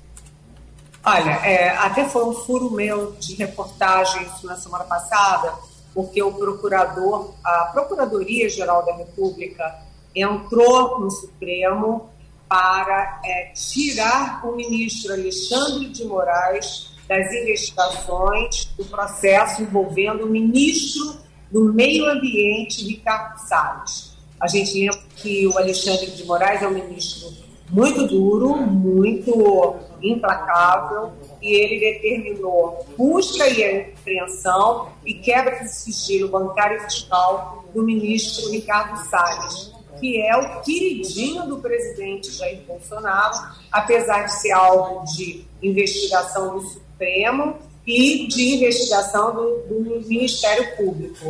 Olha, é, até foi um furo meu de reportagem isso na semana passada, porque o procurador, a Procuradoria-Geral da República entrou no Supremo para é, tirar o ministro Alexandre de Moraes das investigações do processo envolvendo o ministro do Meio Ambiente, Ricardo Salles. A gente lembra que o Alexandre de Moraes é um ministro muito duro, muito implacável, e ele determinou busca e apreensão e quebra de sigilo bancário e fiscal do ministro Ricardo Salles, que é o queridinho do presidente Jair Bolsonaro, apesar de ser alvo de investigação do Supremo e de investigação do, do Ministério Público.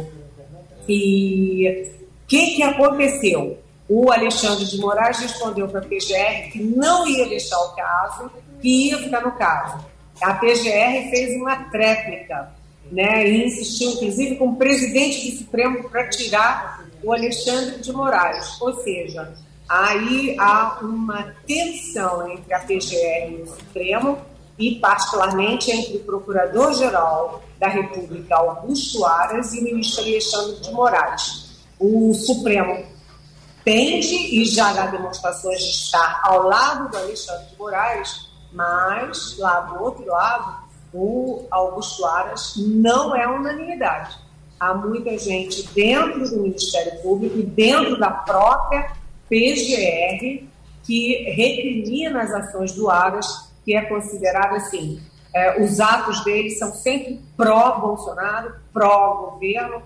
E o que, que aconteceu? O Alexandre de Moraes respondeu para a P G R que não ia deixar o caso, que ia ficar no caso. A P G R fez uma tréplica, né, e insistiu, inclusive, com o presidente do Supremo para tirar o Alexandre de Moraes. Ou seja, aí há uma tensão entre a P G R e o Supremo e, particularmente, entre o Procurador-Geral da República, Augusto Aras, e o ministro Alexandre de Moraes. O Supremo tende e já dá demonstrações de estar ao lado do Alexandre de Moraes, mas, lá do outro lado, o Augusto Aras não é unanimidade. Há muita gente dentro do Ministério Público e dentro da própria P G R que recrimina as ações do Aras, que é considerado assim, é, os atos dele são sempre pró-Bolsonaro, pró-governo,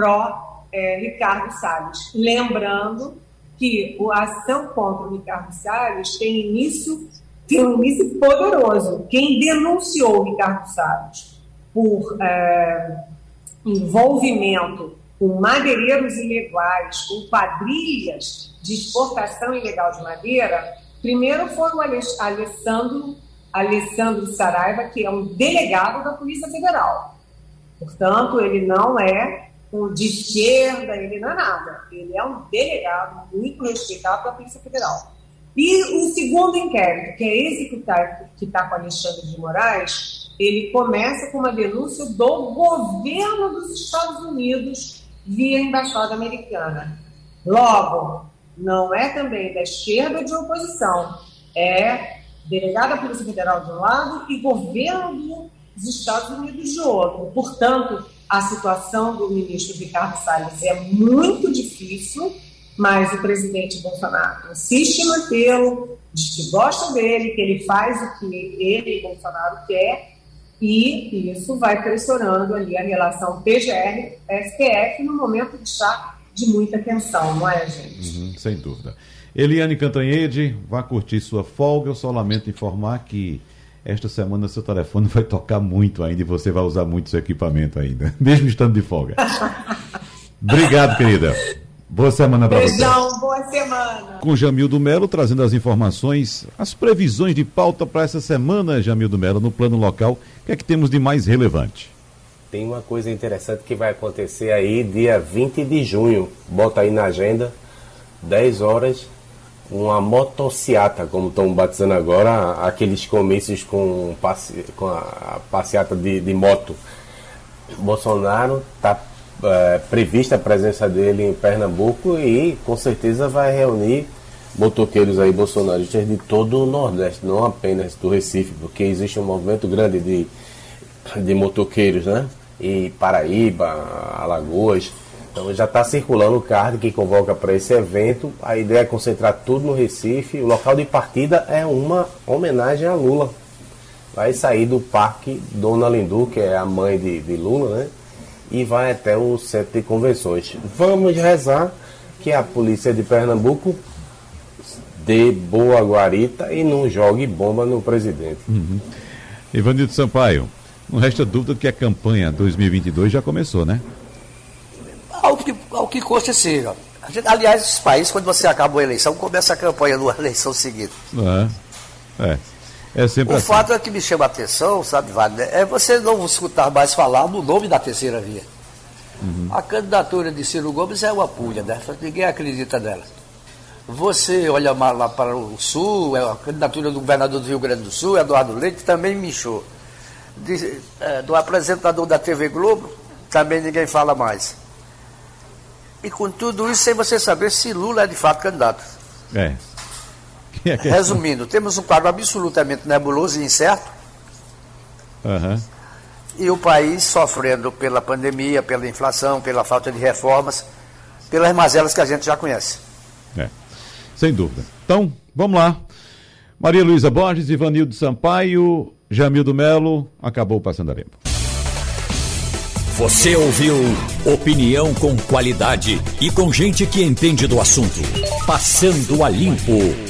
pró-Ricardo Salles. Lembrando que a ação contra o Ricardo Salles tem início, tem um início poderoso. Quem denunciou o Ricardo Salles por é, envolvimento com madeireiros ilegais, com quadrilhas de exportação ilegal de madeira, primeiro foi o Alessandro, Alessandro Saraiva, que é um delegado da Polícia Federal. Portanto, ele não é de esquerda, ele não é nada. Ele é um delegado muito respeitado da Polícia Federal. E o segundo inquérito, que é esse que está que tá com Alexandre de Moraes, ele começa com uma denúncia do governo dos Estados Unidos via Embaixada Americana. Logo, não é também da esquerda de oposição, é delegado da Polícia Federal de um lado e governo dos Estados Unidos de outro. Portanto, a situação do ministro Ricardo Salles é muito difícil, mas o presidente Bolsonaro insiste em mantê-lo, diz que gosta dele, que ele faz o que ele, Bolsonaro, quer, e isso vai pressionando ali a relação P G R S T F no momento de estar de muita tensão, não é, gente? Uhum, sem dúvida. Eliane Cantanhede, vá curtir sua folga. Eu só lamento informar que esta semana seu telefone vai tocar muito ainda e você vai usar muito seu equipamento ainda, mesmo estando de folga. Obrigado, querida. Boa semana para você. Beijão, boa semana. Com Jamildo Melo trazendo as informações, as previsões de pauta para essa semana, Jamildo Melo, no plano local. O que é que temos de mais relevante? Tem uma coisa interessante que vai acontecer aí dia vinte de junho. Bota aí na agenda, dez horas, uma motociata, como estão batizando agora, aqueles comícios com, passe, com a passeata de, de moto. Bolsonaro está é, prevista a presença dele em Pernambuco e com certeza vai reunir motoqueiros aí bolsonaristas de todo o Nordeste, não apenas do Recife, porque existe um movimento grande de, de motoqueiros, né? E Paraíba, Alagoas. Então já está circulando o card que convoca para esse evento. A ideia é concentrar tudo no Recife. O local de partida é uma homenagem a Lula. Vai sair do Parque Dona Lindu, que é a mãe de, de Lula, né? E vai até o centro de convenções. Vamos rezar que a polícia de Pernambuco dê boa guarita e não jogue bomba no presidente. Uhum. Ivanildo Sampaio, não resta dúvida que a campanha dois mil e vinte e dois já começou, né? Ao que, ao que consta seja. Aliás, esses países, quando você acaba a eleição, começa a campanha numa eleição seguinte. É, é, é sempre o assim. fato é que me chama a atenção, sabe, Wagner, é você não escutar mais falar no nome da terceira via. Uhum. A candidatura de Ciro Gomes é uma pulha, né? Ninguém acredita nela. Você olha lá para o Sul, é a candidatura do governador do Rio Grande do Sul, Eduardo Leite, também me inchou. De, é, do apresentador da T V Globo, também ninguém fala mais. E com tudo isso, sem você saber se Lula é de fato candidato. É. Resumindo, temos um quadro absolutamente nebuloso e incerto. Uhum. E o país sofrendo pela pandemia, pela inflação, pela falta de reformas, pelas mazelas que a gente já conhece. É, sem dúvida. Então, vamos lá. Maria Luísa Borges, Ivanildo Sampaio, Jamildo Melo, acabou Passando a Limpo. Você ouviu opinião com qualidade e com gente que entende do assunto. Passando a Limpo.